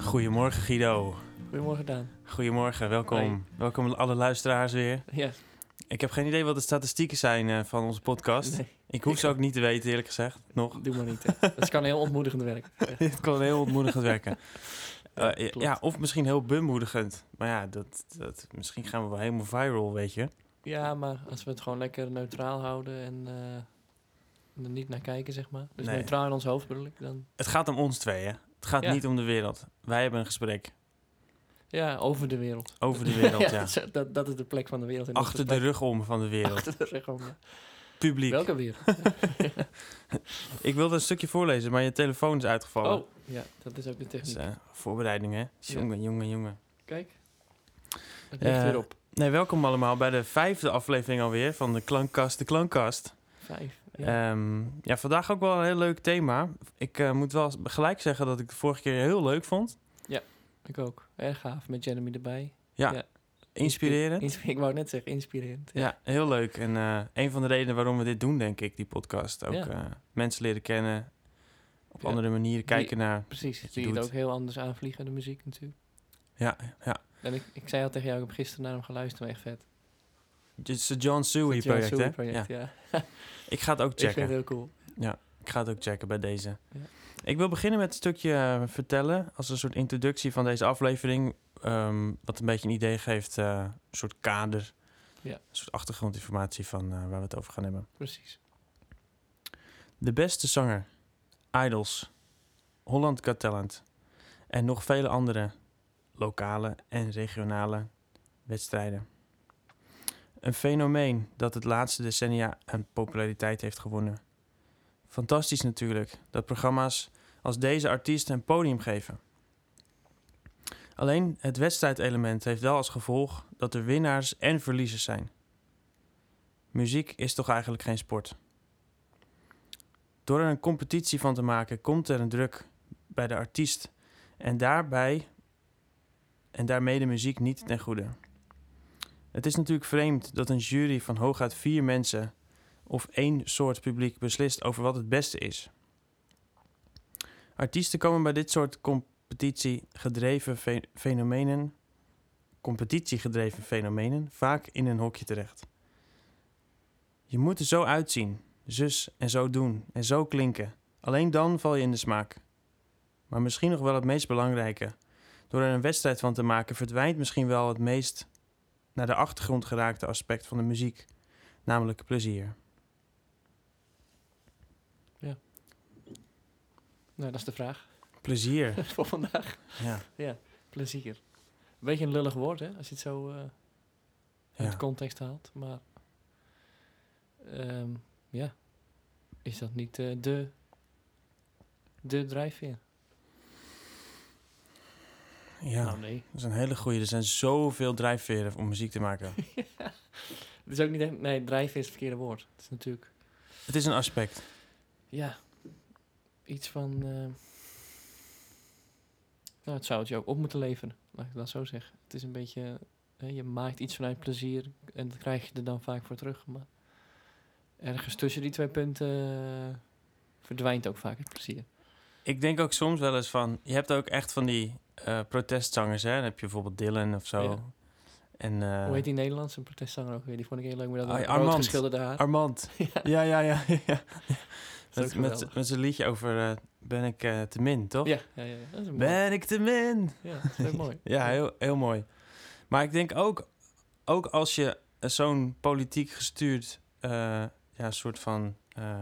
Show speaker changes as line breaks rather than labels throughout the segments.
Goedemorgen Guido.
Goedemorgen Daan.
Goedemorgen, welkom.
Hoi.
Welkom alle luisteraars weer.
Ja,
Ik heb geen idee wat de statistieken zijn van onze podcast.
nee,
Ik hoef
ik
ze ook niet te weten, eerlijk gezegd. Nog.
doe maar niet. Hè. Dat kan heel ontmoedigend werken.
Het kan heel ontmoedigend werken.
Ja, klopt.
Ja, of misschien heel bemoedigend. Maar ja, misschien gaan we wel helemaal viral, weet je.
Ja, maar als we het gewoon lekker neutraal houden en er niet naar kijken, zeg maar. Dus
Nee.
neutraal in ons hoofd bedoel ik dan.
Het gaat om ons twee, hè. Het gaat
Ja.
niet om de wereld. Wij hebben een gesprek
Ja, over de wereld.
over de wereld, ja.
Dat is de plek van de wereld. in ons
Achter de
gesprek.
rug om van de wereld.
Achter de rug om, ja.
Publiek.
Welke wereld?
Ik wilde een stukje voorlezen, maar je telefoon is uitgevallen.
Oh, ja, dat is ook de
Dus,
techniek.
voorbereiding, hè. Jongen.
Kijk, het ligt weer op.
Nee, welkom allemaal bij de 5e aflevering alweer van de Klankkast.
5. Ja.
Ja, vandaag ook wel een heel leuk thema. Ik moet wel gelijk zeggen dat ik de vorige keer heel leuk vond.
Ik ook. Erg gaaf, met Jeremy erbij.
Ja,
Ja.
inspirerend.
Ik wou net zeggen, inspirerend.
Ja, heel leuk. En een van de redenen waarom we dit doen, denk ik, die podcast. Ook
Ja.
mensen leren kennen, op
Ja.
andere manieren kijken naar...
Precies,
wat je
die het
doet.
ook heel anders aanvliegen, de muziek natuurlijk.
Ja.
En ik zei al tegen jou, ik heb gisteren naar hem geluisterd, maar echt vet.
Het is het John Suey
Het John
project,
Suey
hè?
project,
Ja.
ja.
Ik ga het ook
Ik vind
checken.
het heel cool.
Ik ga het ook checken bij deze.
Ja.
Ik wil beginnen met een stukje vertellen, als een soort introductie van deze aflevering, wat een beetje een idee geeft, een soort kader,
Ja.
een soort achtergrondinformatie van waar we het over gaan hebben.
Precies.
De beste zanger, Idols, Holland Got Talent en nog vele andere lokale en regionale wedstrijden. Een fenomeen dat het laatste decennia aan populariteit heeft gewonnen. Fantastisch natuurlijk dat programma's als deze artiesten een podium geven. Alleen het wedstrijdelement heeft wel als gevolg dat er winnaars en verliezers zijn. Muziek is toch eigenlijk geen sport. Door er een competitie van te maken komt er een druk bij de artiest en daarmee de muziek niet ten goede. Het is natuurlijk vreemd dat een jury van hooguit 4 mensen of 1 soort publiek beslist over wat het beste is. Artiesten komen bij dit soort competitiegedreven fenomenen vaak in een hokje terecht. Je moet er zo uitzien, zus en zo doen en zo klinken. Alleen dan val je in de smaak. Maar misschien nog wel het meest belangrijke. Door er een wedstrijd van te maken verdwijnt misschien wel het meest naar de achtergrond geraakte aspect van de muziek, namelijk plezier.
Nou, dat is de vraag
Plezier,
voor vandaag.
ja.
Ja, plezier. Een beetje een lullig woord, hè, als je het zo uit
Ja.
context haalt. Maar ja, is dat niet de drijfveer?
Ja,
Nou, nee.
dat is een hele goeie. Er zijn zoveel drijfveren om muziek te maken.
Het is ook niet echt... Nee, drijfveer is het verkeerde woord. Het is natuurlijk...
Het is een aspect.
Ja, iets van... nou, het zou het je ook op moeten leveren, laat ik dat zo zeggen. Het is een beetje... je maakt iets vanuit plezier en dat krijg je er dan vaak voor terug. Maar ergens tussen die 2 punten verdwijnt ook vaak het plezier.
Ik denk ook soms wel eens van... Je hebt ook echt van die protestzangers, hè? Dan heb je bijvoorbeeld Dylan of zo.
Ja.
En,
Hoe heet die Nederlandse protestzanger ook weer? Die vond ik heel leuk met dat rood
Armand.
geschilderde haar.
Armand.
Ja.
Ja.
Dat is ook
Met
geweldig.
zijn liedje over ben ik te min, toch?
Ja. Dat is mooi.
Ben ik te min?
Ja, dat is heel mooi.
Ja, heel mooi. Maar ik denk ook als je zo'n politiek gestuurd... soort van...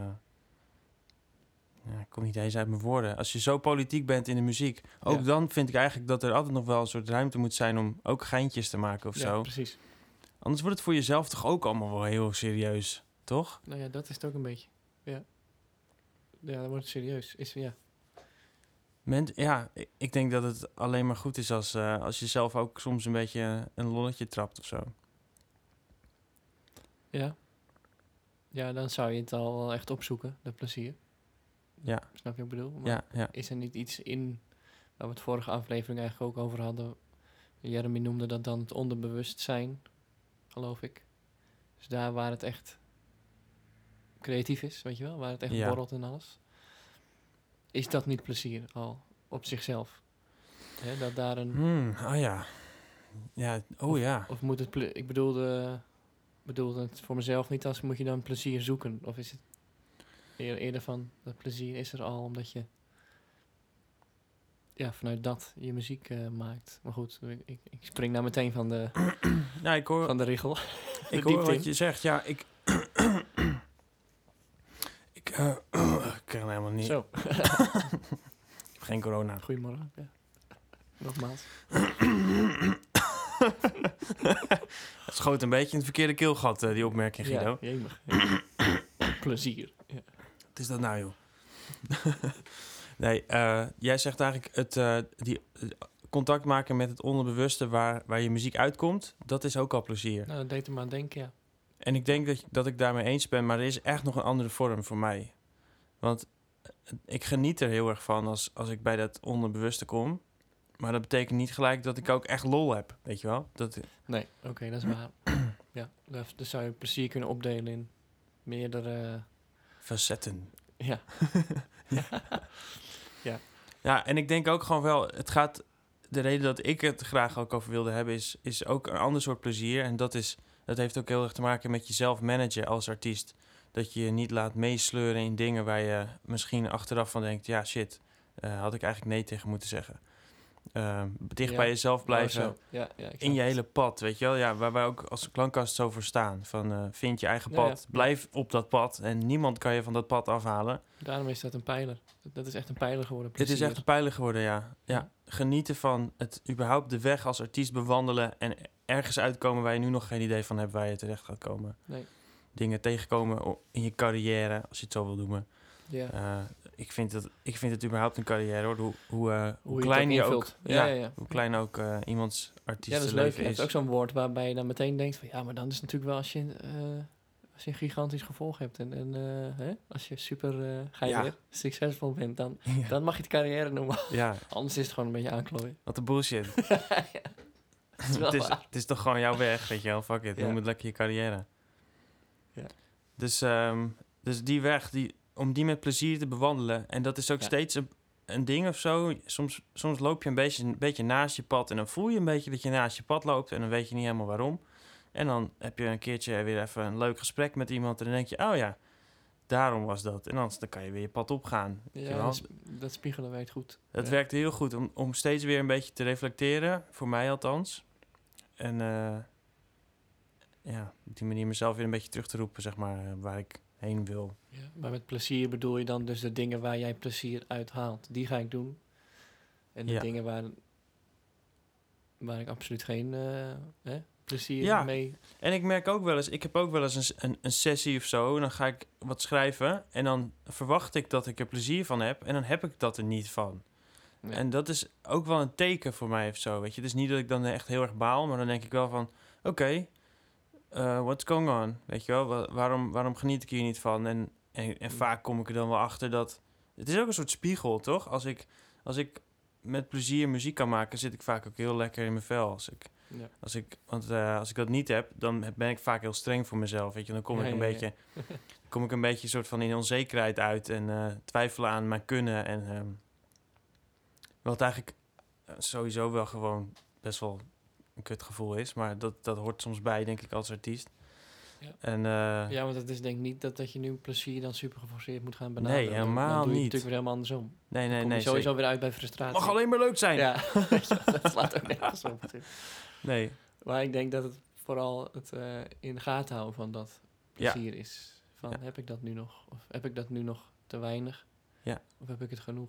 ik kom niet eens uit mijn woorden. Als je zo politiek bent in de muziek... ook
Ja.
dan vind ik eigenlijk dat er altijd nog wel een soort ruimte moet zijn... om ook geintjes te maken of
Ja,
zo.
precies.
Anders wordt het voor jezelf toch ook allemaal wel heel serieus, toch?
Nou ja, dat is het ook een beetje. Ja. Ja, dan wordt het serieus.
Ik denk dat het alleen maar goed is als je zelf ook soms een beetje een lolletje trapt of zo.
Ja. Ja, dan zou je het al wel echt opzoeken, dat plezier.
Ja,
Snap je wat ik bedoel? Maar
ja.
is er niet iets in, waar we het vorige aflevering eigenlijk ook over hadden. Jeremy noemde dat dan het onderbewustzijn, geloof ik. Dus daar waar het echt creatief is, weet je wel, waar het echt
Ja.
borrelt en alles. Is dat niet plezier al op zichzelf? Hè, dat daar een...
Oh ja. Ja, ja.
Of moet het... Ik bedoelde het voor mezelf niet als moet je dan plezier zoeken. Of is het eerder van dat plezier is er al omdat je vanuit dat je muziek maakt. Maar goed, ik spring nou meteen van de,
Ja, ik hoor,
van de richel.
ik
de
hoor
diepte
wat
in.
je zegt. Ja, ik krijg hem helemaal niet.
Zo,
Ik heb geen corona.
goedemorgen. Ja. Nogmaals.
Het schoot een beetje in het verkeerde keelgat, die opmerking, Guido.
Ja, jemig. Plezier. Ja.
Wat is dat nou, joh? Nee, jij zegt eigenlijk contact maken met het onderbewuste waar je muziek uitkomt, dat is ook al plezier.
Nou, dat deed er maar aan denken, ja.
En ik denk dat ik daarmee eens ben, maar er is echt nog een andere vorm voor mij. Want ik geniet er heel erg van als ik bij dat onderbewuste kom. Maar dat betekent niet gelijk dat ik ook echt lol heb, weet je wel?
Nee, oké, dat is waar. Ja, dus zou je plezier kunnen opdelen in meerdere...
Facetten.
Ja.
Ja, en ik denk ook gewoon wel, de reden dat ik het graag ook over wilde hebben, is ook een ander soort plezier. En dat heeft ook heel erg te maken met jezelf managen als artiest. Dat je je niet laat meesleuren in dingen waar je misschien achteraf van denkt, ja shit, had ik eigenlijk nee tegen moeten zeggen. Dicht bij jezelf blijven.
Oh, ja, ik
in je hele pad, weet je wel? Ja, waar wij ook als klankkast zo voor staan. Van vind je eigen
Ja,
pad,
ja.
blijf op dat pad. En niemand kan je van dat pad afhalen.
Daarom is dat een pijler. Dat is echt een pijler geworden.
Dit is
plezier.
echt een pijler geworden, ja.
Ja.
Genieten van het überhaupt de weg als artiest bewandelen. En ergens uitkomen waar je nu nog geen idee van hebt waar je terecht gaat komen.
Nee.
Dingen tegenkomen in je carrière, als je het zo wil noemen.
Ja.
Ik vind het überhaupt een carrière, hoor. Hoe
je
klein
het
je
ook
ook...
invult. Ja.
Hoe klein ook iemands
Ja, dat is leuk.
artiestenleven
Je
is.
hebt ook zo'n woord waarbij je dan meteen denkt van... Ja, maar dan is het natuurlijk wel als je een gigantisch gevolg hebt. En als je super succesvol bent, dan mag je het carrière noemen.
Ja,
Anders is het gewoon een beetje aanklooien.
wat een bullshit.
Dat is wel waar.
Het is toch gewoon jouw weg, weet je wel. Fuck it,
Ja.
noem het lekker je carrière.
Ja.
Dus die weg, om die met plezier te bewandelen. En dat is ook steeds een ding of zo. Soms loop je een beetje naast je pad. En dan voel je een beetje dat je naast je pad loopt. En dan weet je niet helemaal waarom. En dan heb je een keertje weer even een leuk gesprek met iemand. En dan denk je, oh ja, daarom was dat. En dan kan je weer je pad opgaan. Weet je wel?
Dat spiegelen werkt goed.
Het werkt heel goed om steeds weer een beetje te reflecteren. Voor mij althans. En op die manier mezelf weer een beetje terug te roepen, zeg maar, waar ik heen wil.
Ja, maar met plezier bedoel je dan dus de dingen waar jij plezier uit haalt. Die ga ik doen. En de dingen waar ik absoluut geen plezier mee...
En ik merk ook wel eens, ik heb ook wel eens een sessie of zo. En dan ga ik wat schrijven. En dan verwacht ik dat ik er plezier van heb. En dan heb ik dat er niet van. Ja. En dat is ook wel een teken voor mij of zo, weet je. Het is niet dat ik dan echt heel erg baal. Maar dan denk ik wel van, oké, what's going on? Weet je wel, waarom geniet ik hier niet van? En vaak kom ik er dan wel achter dat... Het is ook een soort spiegel, toch? Als ik met plezier muziek kan maken, zit ik vaak ook heel lekker in mijn vel. Als ik dat niet heb, dan ben ik vaak heel streng voor mezelf. Weet je, dan kom ik een beetje soort van in onzekerheid uit en twijfelen aan mijn kunnen. En wat eigenlijk sowieso wel gewoon best wel een kutgevoel is, maar dat hoort soms bij, denk ik, als artiest.
Ja.
En,
ja, want het is denk ik niet dat je nu plezier dan super geforceerd moet gaan benaderen.
Nee, helemaal
dan doe je
niet.
natuurlijk weer helemaal andersom.
Nee,
dan kom je sowieso weer uit bij frustratie.
Mag alleen maar leuk zijn.
Ja, dat slaat ook nergens op.
Nee.
Maar ik denk dat het vooral het in de gaten houden van dat plezier is. Van, heb ik dat nu nog? Of heb ik dat nu nog te weinig?
Ja.
Of heb ik het genoeg?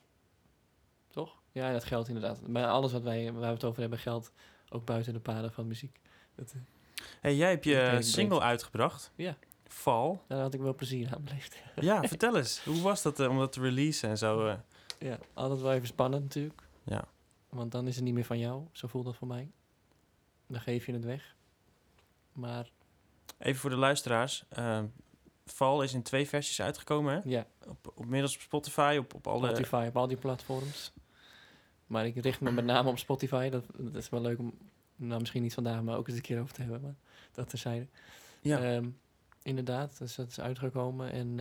Toch? Ja, dat geldt inderdaad. Maar alles waar we het over hebben geldt ook buiten de paden van muziek.
Jij hebt je single uitgebracht.
Ja.
Val.
Daar had ik wel plezier aan beleefd.
Ja, vertel eens. Hoe was dat om dat te releasen en zo?
Ja, altijd wel even spannend natuurlijk.
Ja.
Want dan is het niet meer van jou. Zo voelt dat voor mij. Dan geef je het weg. Maar...
Even voor de luisteraars. Val is in 2 versies uitgekomen, hè?
Ja.
Middels op Spotify, op alle...
Spotify, op al die platforms. Maar ik richt me met name op Spotify. Dat is wel leuk om... Nou, misschien niet vandaag, maar ook eens een keer over te hebben. Maar dat terzijde.
Ja.
Inderdaad, dus dat is uitgekomen. En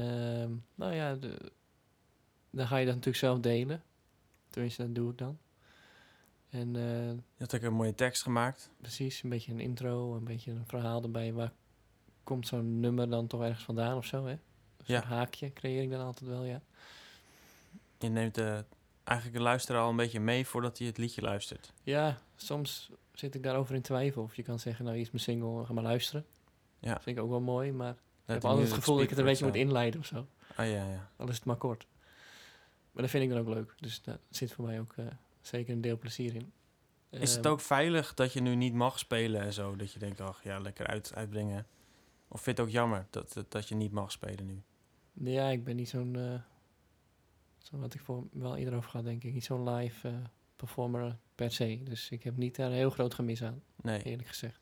dan ga je dat natuurlijk zelf delen. Tenminste, dat doe ik dan. En
Je had ook een mooie tekst gemaakt.
precies, een beetje een intro, een beetje een verhaal erbij. Waar komt zo'n nummer dan toch ergens vandaan of zo, hè? Zo'n haakje creëer ik dan altijd wel, ja.
Je neemt eigenlijk de luisteraar al een beetje mee voordat hij het liedje luistert.
Ja, soms zit ik daarover in twijfel. Of je kan zeggen, nou, hier is mijn single, ga maar luisteren.
Ja.
Dat vind ik ook wel mooi, maar ik
Let
heb
hem
altijd
nu
het gevoel dat ik het een beetje
speaker
moet inleiden of zo.
Ah ja.
Al is het maar kort. Maar dat vind ik dan ook leuk. Dus daar zit voor mij ook zeker een deel plezier in.
Is het ook veilig dat je nu niet mag spelen en zo? Dat je denkt, ach ja, lekker uitbrengen. Of vind je het ook jammer dat je niet mag spelen nu?
Ja, ik ben niet zo'n... zo wat ik wel eerder over ga, denk ik. Niet zo'n live performer per se. Dus ik heb niet daar een heel groot gemis aan,
Nee.
eerlijk gezegd.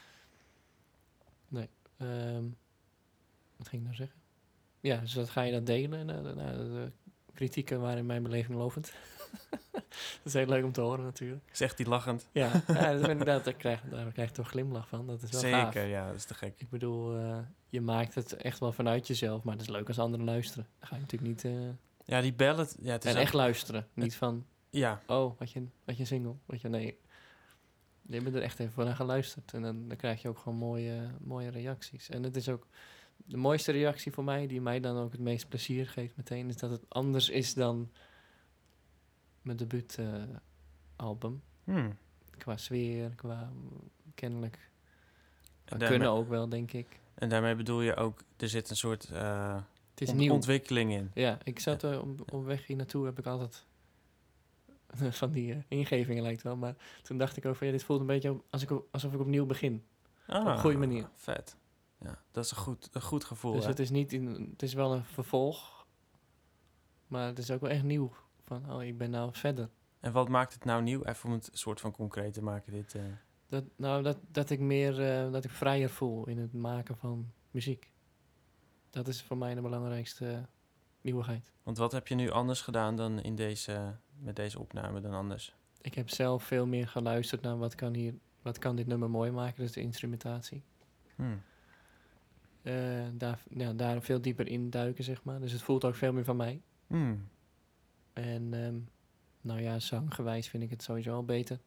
Nee. Wat ging ik nou zeggen? Ja, dus dat ga je dat delen. En de kritieken waren in mijn beleving lovend. Dat is heel leuk om te horen natuurlijk.
Zegt hij lachend.
Ja, dat vind ik, daar krijg je toch een glimlach van. Dat is wel gaaf.
Zeker, ja, dat is te gek.
Ik bedoel, je maakt het echt wel vanuit jezelf. Maar het is leuk als anderen luisteren. Dan ga je natuurlijk niet...
Ja, die ballad... Ja, het is
en echt luisteren. Niet van...
Ja.
Oh, wat je een single. Weet je, nee. Je bent er echt even voor naar geluisterd. En dan krijg je ook gewoon mooie reacties. En het is ook de mooiste reactie voor mij, die mij dan ook het meest plezier geeft meteen, is dat het anders is dan mijn debuutalbum. Qua sfeer, qua kennelijk. We kunnen ook wel, denk ik.
En daarmee bedoel je ook, er zit een soort
het is nieuw.
ontwikkeling in.
Ja, ik zat op weg hier naartoe, heb ik altijd van die ingevingen lijkt wel. Maar toen dacht ik ook van, ja, dit voelt een beetje alsof ik opnieuw begin. Op een goede manier.
Vet. Ja, dat is een goed gevoel.
Dus
hè?
het is wel een vervolg, maar het is ook wel echt nieuw. Van, oh, ik ben nou verder.
En wat maakt het nou nieuw? Even om het soort van concreet te maken, dit...
Dat ik vrijer voel in het maken van muziek. Dat is voor mij de belangrijkste nieuwigheid.
Want wat heb je nu anders gedaan dan met deze opname dan anders?
Ik heb zelf veel meer geluisterd naar wat kan dit nummer mooi maken, dus de instrumentatie. Daar veel dieper in duiken, zeg maar. Dus het voelt ook veel meer van mij. En zanggewijs vind ik het sowieso al beter.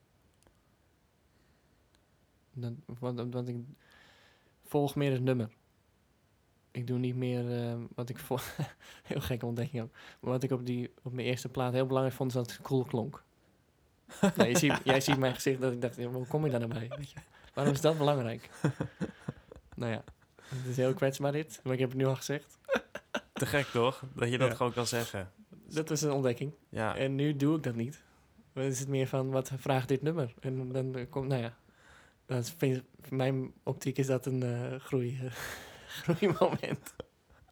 Want ik volg meer het nummer. Ik doe niet meer wat ik heel gekke ontdekking ook. Maar wat ik op mijn eerste plaat heel belangrijk vond, is dat het cool klonk. Jij ziet mijn gezicht dat ik dacht, hoe kom je daar nou bij? Weet je? Waarom is dat belangrijk? Nou ja, het is heel kwetsbaar dit, maar ik heb het nu al gezegd.
Te gek toch? Dat je dat gewoon kan zeggen.
Dat was een ontdekking.
Ja.
En nu doe ik dat niet. Dan is het meer van, wat vraagt dit nummer? En dan komt, voor mijn optiek is dat een groeimoment.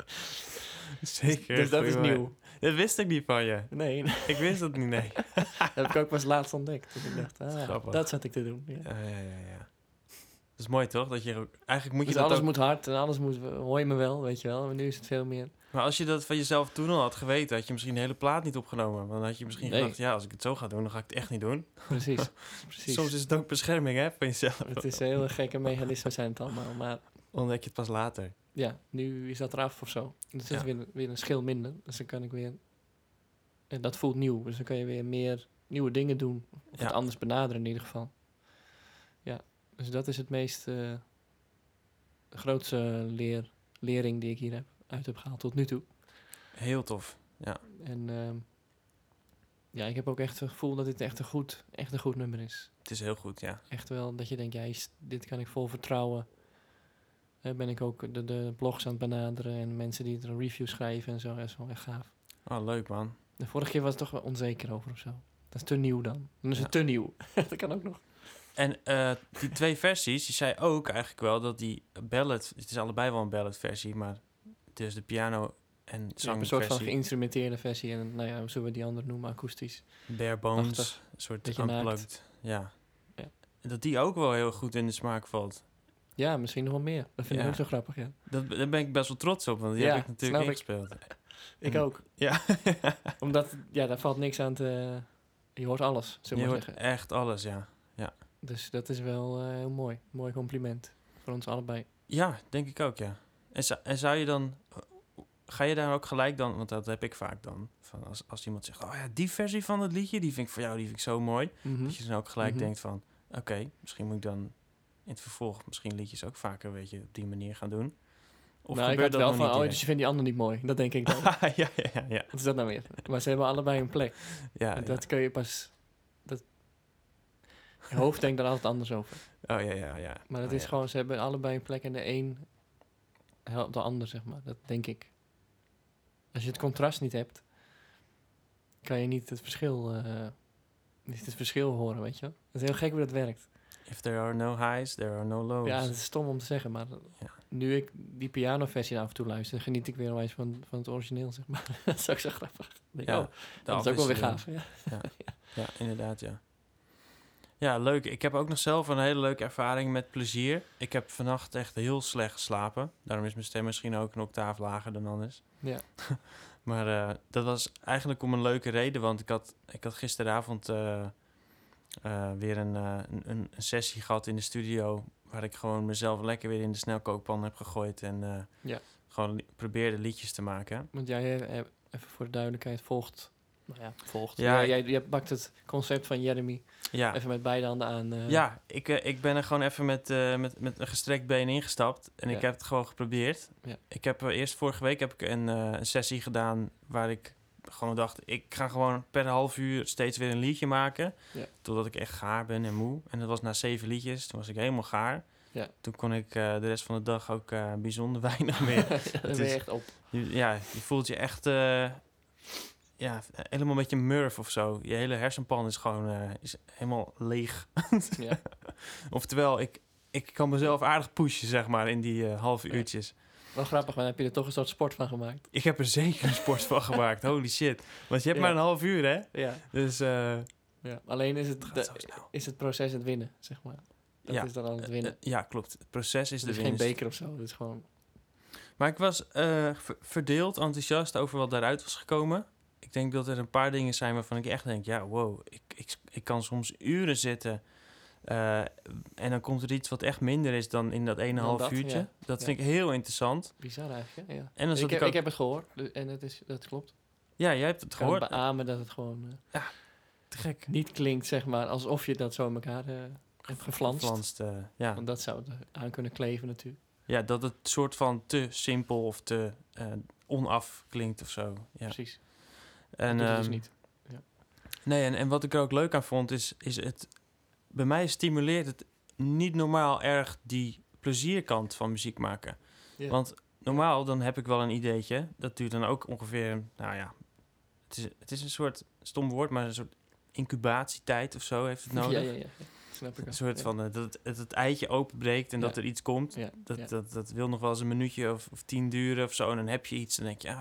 Zeker.
Dus dat is nieuw.
Dat wist ik niet van je.
Nee.
Ik wist het niet, nee.
Dat heb ik ook pas laatst ontdekt. Dus ik dacht, dat zat ik te doen. Ja.
Ja. Dat is mooi toch? Dat je ook, eigenlijk moet je
dus
dat
alles
ook...
moet hard en alles hoor je me wel, weet je wel. Maar nu is het veel meer...
Maar als je dat van jezelf toen al had geweten, had je misschien de hele plaat niet opgenomen. Want dan had je misschien gedacht, ja, als ik het zo ga doen, dan ga ik het echt niet doen.
Precies.
Soms is het ook bescherming, hè, van jezelf.
Het is een hele gekke mechanisme zijn het allemaal, maar...
Ontdek je het pas later.
Ja, nu is dat eraf of zo. Dus het is weer een schil minder. Dus dan kan ik weer... En dat voelt nieuw. Dus dan kan je weer meer nieuwe dingen doen. Of het anders benaderen in ieder geval. Ja, dus dat is het meest... grootste lering die ik hier uit heb gehaald tot nu toe.
Heel tof, ja.
En ik heb ook echt het gevoel dat dit echt een goed nummer is.
Het is heel goed, ja.
Echt wel dat je denkt, ja, dit kan ik vol vertrouwen. Ben ik ook de blogs aan het benaderen en mensen die er een review schrijven en zo. Dat is wel echt gaaf.
Oh, leuk man.
De vorige keer was het toch wel onzeker over of zo. Dat is te nieuw dan. Dan is het te nieuw. Dat kan ook nog.
En die twee versies, je zei ook eigenlijk wel dat die ballad... Het is allebei wel een ballad versie, maar dus de piano en zangversie...
Een soort van geïnstrumenteerde versie en hoe zullen we die andere noemen? Akoestisch.
Bare bones, een soort unplugged. Ja. En dat die ook wel heel goed in de smaak valt.
Ja, misschien nog wel meer. Dat vind ik ook zo grappig, ja.
Daar ben ik best wel trots op, want die heb ik natuurlijk ingespeeld.
Ik ook.
Ja.
Omdat, daar valt niks aan te... Je hoort alles, zullen we maar zeggen.
Je hoort echt alles, ja.
Dus dat is wel heel mooi. Mooi compliment voor ons allebei.
Ja, denk ik ook, ja. En zou je dan... ga je daar ook gelijk dan... Want dat heb ik vaak dan. Van als iemand zegt... Oh ja, die versie van het liedje... Die vind ik voor jou, die vind ik zo mooi.
Mhm.
Dat je dan ook gelijk
Mhm.
denkt van... Oké, misschien moet ik dan in het vervolg... Misschien liedjes ook vaker, weet je, op die manier gaan doen. Of
Nou, ik
gebeurt
had wel
nog
van,
niet
oh, dus
direct?
je vindt die ander niet mooi. Dat denk ik dan.
ja.
Wat is dat nou weer? Maar ze hebben allebei een plek.
Ja,
En
ja.
dat kun je pas... Je hoofd denkt er altijd anders over.
Oh, ja.
Maar het
Oh,
is
ja.
gewoon, ze hebben allebei een plek en de een helpt de ander, zeg maar. Dat denk ik. Als je het contrast niet hebt, kan je niet het verschil horen, weet je wel. Het is heel gek hoe dat werkt.
If there are no highs, there are no lows.
Ja, het is stom om te zeggen, maar
Ja.
nu ik die pianoversie af en toe luister, geniet ik weer onwijs van het origineel, zeg maar. Dat is ook zo grappig. Ik denk,
Ja,
oh,
de
dat is ook wel weer
afwisseling.
gaaf. Ja.
Ja, inderdaad, ja. Ja, leuk. Ik heb ook nog zelf een hele leuke ervaring met plezier. Ik heb vannacht echt heel slecht geslapen. Daarom is mijn stem misschien ook een octaaf lager dan anders.
Ja.
Maar dat was eigenlijk om een leuke reden. Want ik had gisteravond weer een sessie gehad in de studio... waar ik gewoon mezelf lekker weer in de snelkookpan heb gegooid... en
Ja.
gewoon probeerde liedjes te maken.
Want jij, even voor de duidelijkheid, volgt.
Ja,
Ja, jij pakt het concept van Jeremy
Ja.
even met beide handen aan.
Ja, ik ben er gewoon even met een gestrekt been ingestapt. En
Ja.
ik heb het gewoon geprobeerd.
Ja.
Ik heb eerst vorige week heb ik een sessie gedaan... waar ik gewoon dacht... ik ga gewoon per half uur steeds weer een liedje maken.
Ja.
Totdat ik echt gaar ben en moe. En dat was na 7 liedjes. Toen was ik helemaal gaar.
Ja.
Toen kon ik de rest van de dag ook bijzonder weinig meer.
Daar ben je
is-
echt op.
Je voelt je echt... helemaal een beetje Murph of zo. Je hele hersenpan is gewoon is helemaal leeg.
Ja.
Oftewel, ik kan mezelf aardig pushen, zeg maar, in die halve
Ja.
uurtjes.
Wel grappig, maar dan heb je er toch een soort sport van gemaakt.
Ik heb er zeker een sport van gemaakt. Holy shit. Want je hebt
Ja.
maar een half uur, hè?
Ja.
Dus
Ja. Alleen is
het gaat zo snel.
is het proces het winnen, zeg maar. Dat
Ja.
is dan al het winnen.
Ja, klopt. Het proces is
Het
de
is geen
winst.
beker of zo. Het is gewoon...
Maar ik was verdeeld enthousiast over wat daaruit was gekomen. Ik denk dat er een paar dingen zijn waarvan ik echt denk... ja, wow, ik kan soms uren zitten... en dan komt er iets wat echt minder is dan in dat 1,5
dat,
uurtje.
ja.
Dat
Ja.
vind ik heel interessant.
Bizar eigenlijk, hè? Ja.
En dan zat
Ik
ik ook...
heb het gehoord en dat klopt.
Ja, jij hebt het
Ik kan
gehoord.
beamen dat het gewoon
Te gek.
niet klinkt, zeg maar, alsof je dat zo in elkaar hebt geflanst.
Geflanst, ja.
Want dat zou er aan kunnen kleven natuurlijk.
Ja, dat het soort van te simpel of te onaf klinkt of zo. Ja.
Precies.
En,
dat doet het dus
ehm,
niet.
Nee, en wat ik er ook leuk aan vond, is het... Bij mij stimuleert het niet normaal erg die plezierkant van muziek maken.
Ja.
Want normaal, dan heb ik wel een ideetje. Dat duurt dan ook ongeveer, nou ja... Het is een soort, stom woord, maar een soort incubatietijd of zo heeft het nodig.
Ja. Snap ik wel.
Een soort
Ja.
van dat het eitje openbreekt en
Ja.
dat er iets komt.
Ja.
Dat,
Ja.
dat wil nog wel eens een minuutje of 10 duren of zo. En dan heb je iets. Dan denk je,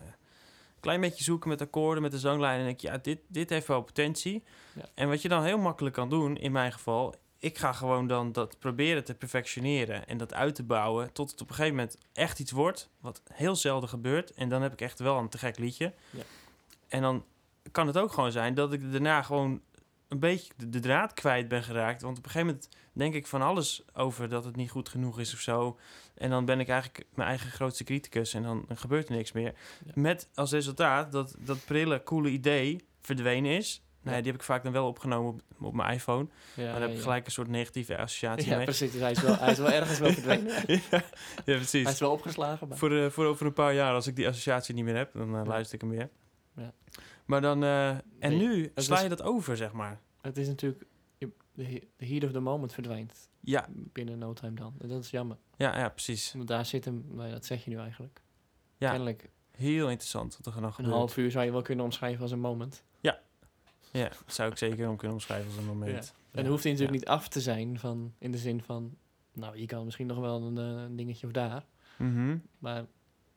een klein beetje zoeken met akkoorden, met de zanglijn. En dan denk je, dit heeft wel potentie.
Ja.
En wat je dan heel makkelijk kan doen, in mijn geval... Ik ga gewoon dan dat proberen te perfectioneren en dat uit te bouwen... tot het op een gegeven moment echt iets wordt, wat heel zelden gebeurt. En dan heb ik echt wel een te gek liedje.
Ja.
En dan kan het ook gewoon zijn dat ik daarna gewoon een beetje de draad kwijt ben geraakt. Want op een gegeven moment denk ik van alles over dat het niet goed genoeg is of zo. En dan ben ik eigenlijk mijn eigen grootste criticus en dan gebeurt er niks meer.
Ja.
Met als resultaat dat prille, coole idee verdwenen is. Nou ja,
Ja.
die heb ik vaak dan wel opgenomen op mijn iPhone.
Ja,
Maar dan heb ik gelijk een soort negatieve associatie
Ja,
mee.
precies. Dus hij is wel ergens wel verdwenen.
ja, precies.
Hij is wel opgeslagen. Maar...
Voor over een paar jaar, als ik die associatie niet meer heb, dan
Ja.
luister ik hem weer.
Ja.
Maar dan... en
Nee,
nu
het
sla
is-
je dat over, zeg maar.
Het is natuurlijk... De heat of the moment verdwijnt
Ja,
binnen no time dan. En dat is jammer.
ja, precies.
Want daar zit hem... Nou ja, dat zeg je nu eigenlijk.
Ja,
Kennelijk,
heel interessant wat er dan
een
gebeurt.
half uur zou je wel kunnen omschrijven als een moment.
Ja, dat zou ik zeker om kunnen omschrijven als een moment.
En dan hoeft hij natuurlijk niet af te zijn van... In de zin van... Nou, je kan misschien nog wel een dingetje of daar.
Mhm.
Maar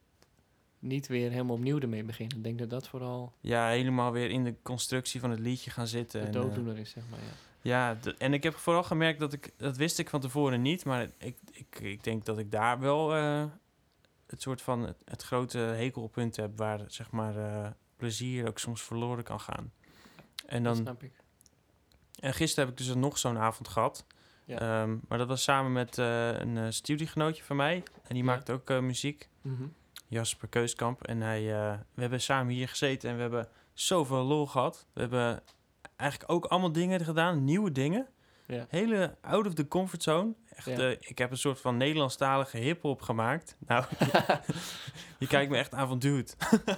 niet weer helemaal opnieuw ermee beginnen. Ik denk dat dat vooral
Ja, helemaal weer in de constructie van het liedje gaan zitten.
de
en,
dooddoener is, zeg maar. Ja.
en ik heb vooral gemerkt dat wist ik van tevoren niet, maar ik denk dat ik daar wel het soort van het grote hekelpunt heb waar zeg maar plezier ook soms verloren kan gaan. En
Dat
dan
snap ik.
en gisteren heb ik dus nog zo'n avond gehad.
Ja.
Maar dat was samen met een studiegenootje van mij en die
Ja.
maakt ook muziek.
Mhm.
Jasper Keuskamp. En we hebben samen hier gezeten en we hebben zoveel lol gehad. We hebben eigenlijk ook allemaal dingen gedaan, nieuwe dingen.
Ja.
Hele out of the comfort zone. Echt,
Ja.
ik heb een soort van Nederlandstalige hip-hop gemaakt. Nou, je kijkt me echt aan van dude.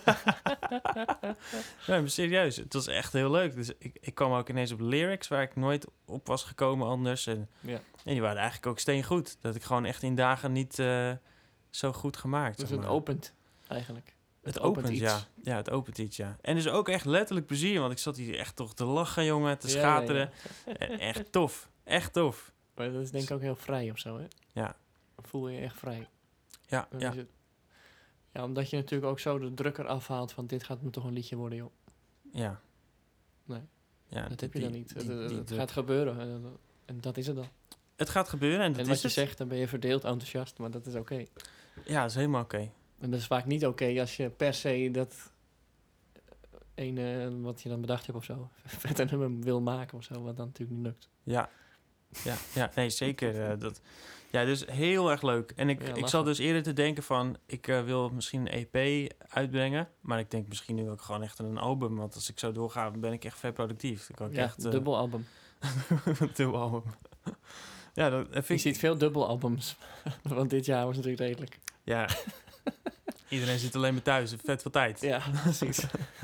Nee, maar serieus, het was echt heel leuk. Dus ik kwam ook ineens op lyrics waar ik nooit op was gekomen anders. En die waren eigenlijk ook steengoed. Dat ik gewoon echt in dagen niet zo goed gemaakt.
Dus
zeg
het
maar.
opent eigenlijk.
Het opent,
iets.
ja. Ja, het opent iets, ja. En dus ook echt letterlijk plezier, want ik zat hier echt toch te lachen, jongen, te schateren.
Ja.
Echt tof, echt tof.
Maar dat is denk ik ook heel vrij of zo, hè?
Ja.
Dan voel je je echt vrij.
Ja,
Dan
ja.
is het... Ja, omdat je natuurlijk ook zo de druk eraf haalt van dit gaat me toch een liedje worden, joh.
Ja.
Nee,
Ja,
dat heb je dan niet.
die
Het
druk.
gaat gebeuren en dat is het dan.
Het gaat gebeuren en dat
En
is
wat je
het.
zegt, dan ben je verdeeld enthousiast, maar dat is oké.
Ja, dat is helemaal oké.
En dat is vaak niet oké als je per se dat ene wat je dan bedacht hebt of zo, vet een nummer wil maken of zo, wat dan natuurlijk niet lukt.
Ja. Ja, nee, zeker. Ja, dus heel erg leuk. En ik
lachen.
zat dus eerder te denken van, ik wil misschien een EP uitbrengen. Maar ik denk misschien nu ook gewoon echt een album. Want als ik zo doorga, ben ik echt vet productief. Dan kan ik
Ja,
echt...
dubbelalbum.
dubbelalbum. Ja, dat vind
Je
ik...
ziet veel dubbelalbums, want dit jaar was natuurlijk redelijk.
Ja. Iedereen zit alleen maar thuis. Vet veel tijd.
Ja, precies.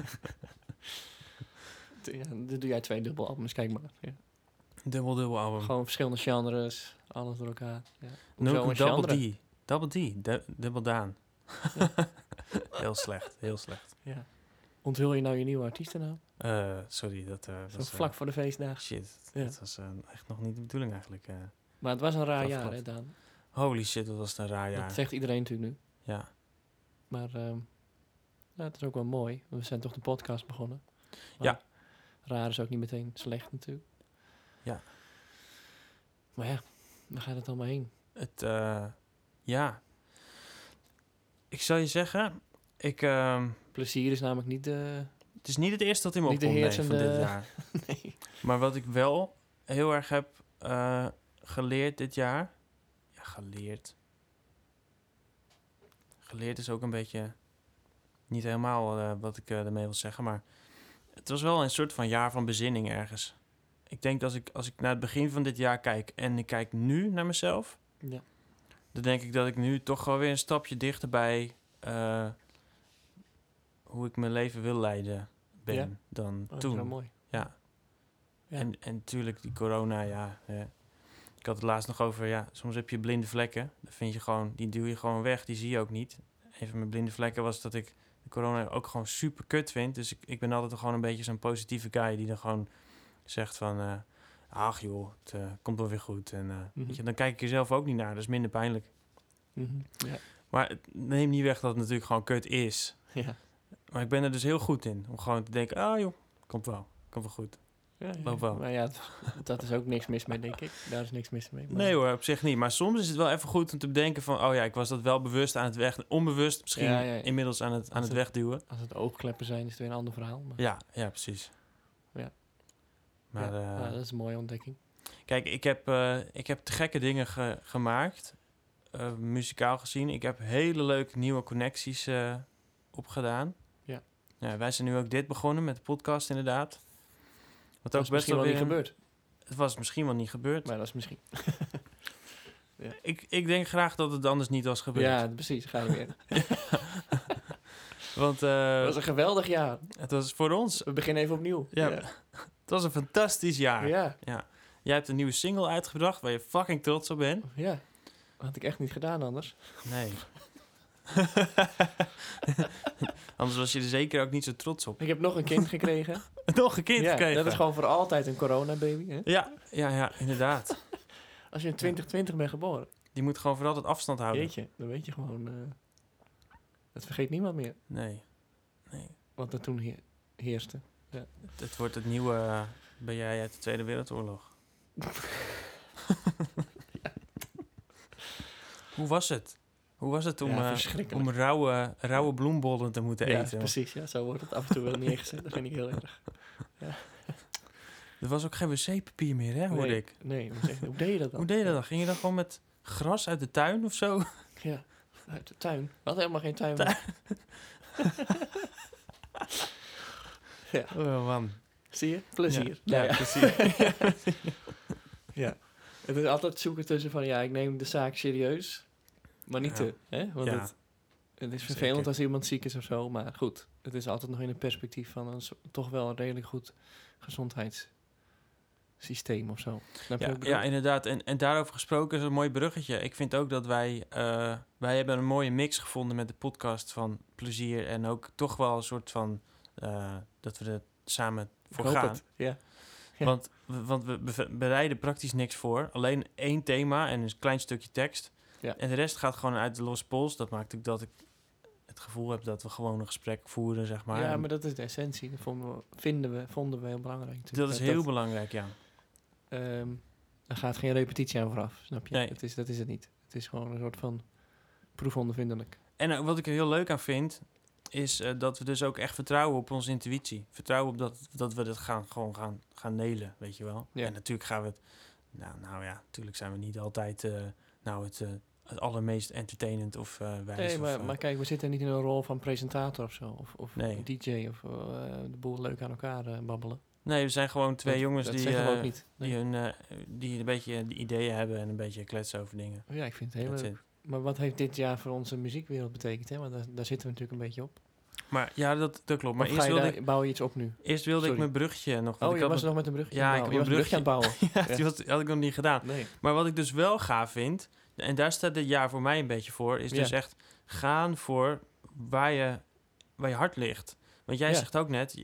Ja, dan doe jij 2 dubbelalbums, kijk maar. Ja.
Dubbel album.
Gewoon verschillende genres, alles door elkaar. Ja.
Noem
Hoezo
ik
een
Double
genre?
D. Double D. Dubbel Daan. Heel slecht, heel slecht.
Ja. Onthul je nou je nieuwe artiestennaam?
Sorry, dat
Zo
was...
vlak voor de feestdagen.
shit,
Ja.
dat was echt nog niet de bedoeling eigenlijk.
Maar het was een raar jaar,
Afgeklapt.
hè, Daan?
Holy shit, wat was het een raar jaar.
Dat zegt iedereen natuurlijk nu.
Ja.
Maar het is ook wel mooi. We zijn toch de podcast begonnen. Maar
Ja.
raar is ook niet meteen slecht natuurlijk.
Ja.
Maar ja, waar gaat het allemaal heen?
Ja. Ik zal je zeggen,
Plezier is namelijk niet de...
het is niet het eerste dat in me
Niet de
opkomt nee, van
heersende-
dit jaar.
Nee.
Maar wat ik wel heel erg heb geleerd dit jaar... Ja, geleerd. Geleerd is ook een beetje... Niet helemaal wat ik ermee wil zeggen, maar... Het was wel een soort van jaar van bezinning ergens. Ik denk dat als ik naar het begin van dit jaar kijk... en ik kijk nu naar mezelf...
Ja.
dan denk ik dat ik nu toch wel weer een stapje dichterbij... hoe ik mijn leven wil leiden ben
Ja?
dan
Oh, dat is
toen.
wel mooi.
Ja.
Ja.
En natuurlijk die corona, ja. Ik had het laatst nog over, ja, soms heb je blinde vlekken. Dan vind je gewoon, die duw je gewoon weg, die zie je ook niet. Een van mijn blinde vlekken was dat ik de corona ook gewoon super kut vind. Dus ik ben altijd gewoon een beetje zo'n positieve guy die dan gewoon zegt van... ach joh, het komt wel weer goed. En weet je, dan kijk ik er zelf ook niet naar, dat is minder pijnlijk.
Mhm. Ja.
Maar het neemt niet weg dat het natuurlijk gewoon kut is.
Ja.
Maar ik ben er dus heel goed in. Om gewoon te denken, ah joh, komt wel goed.
Ja, ja.
Loop wel.
Maar ja, dat is ook niks mis mee, denk ik. Daar is niks mis mee. Maar
Nee hoor, op zich niet. Maar soms is het wel even goed om te bedenken van... oh ja, ik was dat wel bewust aan het weg... onbewust misschien
Ja.
inmiddels aan het
het-
wegduwen.
Als het oogkleppen zijn, is het weer een ander verhaal. Maar
Ja, precies.
Ja.
Maar
ja, dat is een mooie ontdekking.
kijk, ik heb te gekke dingen gemaakt. Muzikaal gezien. Ik heb hele leuke nieuwe connecties opgedaan.
Ja.
Ja, wij zijn nu ook dit begonnen met de podcast inderdaad. Wat
Dat
ook
is
best
misschien wel niet
weer
gebeurd.
Het was misschien wel niet gebeurd.
Maar dat is misschien...
Ik denk graag dat het anders niet was gebeurd.
Ja, precies. Ga je weer.
Want
Het was een geweldig jaar.
het was voor ons...
We beginnen even opnieuw.
Ja. Het was een fantastisch jaar.
Ja.
Jij hebt een nieuwe single uitgebracht waar je fucking trots op bent.
Ja. Dat had ik echt niet gedaan anders.
Nee. Anders was je er zeker ook niet zo trots op.
Ik heb nog een kind gekregen.
Nog een kind
Ja,
gekregen.
dat is gewoon voor altijd een coronababy. Hè?
Ja, inderdaad.
Als je in 2020 bent geboren.
Die moet gewoon voor altijd afstand houden.
Jeetje, dan weet je gewoon... dat vergeet niemand meer.
Nee.
Wat er toen heerste.
Het wordt het nieuwe... ben jij uit de Tweede Wereldoorlog? Hoe was het? Hoe was het
Ja, verschrikkelijk.
om rauwe bloembollen te moeten
Ja,
eten?
precies. Ja, zo wordt het af en toe wel neergezet. Dat vind ik heel erg.
Er was ook geen wc-papier meer, hè, hoorde ik.
Nee, maar zeg, hoe deed je dat dan?
Hoe deed je dat dan? Ging je dan gewoon met gras uit de tuin of zo?
Ja. Uit de tuin? We hadden helemaal geen tuin. Ja,
Oh man.
zie je? Plezier.
Ja, plezier.
Ja. Het is altijd zoeken tussen van, ja, ik neem de zaak serieus, maar niet
Ja.
te. Hè? Want
Ja.
het is
Zeker.
vervelend als iemand ziek is of zo, maar goed. Het is altijd nog in het perspectief van toch wel een redelijk goed gezondheidssysteem of zo. Snap je wat ik bedoel?
Ja, inderdaad. En daarover gesproken is een mooi bruggetje. Ik vind ook dat wij hebben een mooie mix gevonden met de podcast van plezier en ook toch wel een soort van dat we er samen
Ik
voor
hoop
gaan.
het. Ja. Ja.
Want we bereiden praktisch niks voor. Alleen 1 thema en een klein stukje tekst.
Ja.
En de rest gaat gewoon uit de losse pols. Dat maakt ook dat ik het gevoel heb dat we gewoon een gesprek voeren, zeg maar.
Ja,
En
maar dat is de essentie. Dat vonden we heel belangrijk.
dat
natuurlijk.
is heel belangrijk, ja.
Er gaat geen repetitie aan vooraf, snap je?
Nee.
Dat is het niet. Het is gewoon een soort van proefondervindelijk.
En wat ik er heel leuk aan vind, is dat we dus ook echt vertrouwen op onze intuïtie. Vertrouwen op dat we het gewoon gaan nailen, weet je wel.
Ja.
En natuurlijk gaan we het... Nou ja, natuurlijk zijn we niet altijd het allermeest entertainend of wijs.
Nee,
of,
maar kijk, we zitten niet in een rol van presentator of zo. Of
Nee.
DJ of de boel leuk aan elkaar babbelen.
Nee, we zijn gewoon twee jongens
dat
die,
zeggen we ook niet. Nee.
die een beetje die ideeën hebben en een beetje kletsen over dingen.
Ja, ik vind het heel
That's
leuk.
it.
Maar wat heeft dit jaar voor onze muziekwereld betekend? Hè? Want daar zitten we natuurlijk een beetje op.
Maar ja, dat klopt. Maar
Of ga
eerst
je bouw je iets op nu?
wilde ik
Sorry.
mijn bruggetje nog... want
Oh,
ik
je
had
was nog met een bruggetje
Ja,
aan het
ik heb
bouwen. Je was
een
een bruggetje aan het bouwen.
ja, die had ik nog niet gedaan.
Nee.
Maar wat ik dus wel gaaf vind, en daar staat dit jaar voor mij een beetje voor, is
Ja.
dus echt gaan voor waar je hart ligt. Want jij
Ja.
zegt ook net,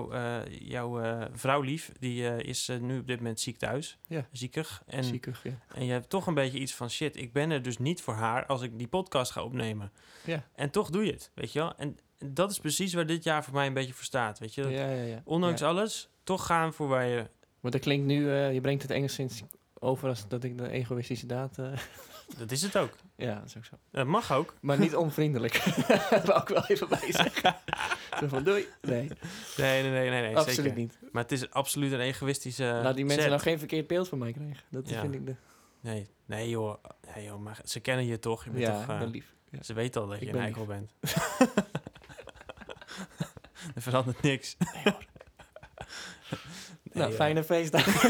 jouw vrouwlief, die is nu op dit moment ziek thuis,
Ja.
ziekig. En,
Ziekig, ja.
en je hebt toch een beetje iets van, shit, ik ben er dus niet voor haar als ik die podcast ga opnemen.
Ja.
En toch doe je het, weet je wel. En dat is precies waar dit jaar voor mij een beetje voor staat, weet je.
Ja.
Ondanks
Ja.
alles, toch gaan voor waar je...
Maar dat klinkt nu, je brengt het enigszins over als dat ik de egoïstische daad...
Dat is het ook.
ja, dat is ook zo.
Dat mag ook.
Maar niet onvriendelijk. Dat wou ik wel even bij zeggen. Zo van, doei. Nee,
Nee,
absoluut
zeker.
niet.
Maar het is absoluut een egoïstische
Laat die mensen
zet.
nou geen verkeerd beeld van mij krijgen. Dat
Ja.
vind ik de...
Nee joh, maar ze kennen je toch? Je bent
Ja,
toch
ik ben lief. Ja.
ze weten al dat je
Ik
een
ben
eikel bent. Er verandert niks. Nee,
Nou, fijne feestdag.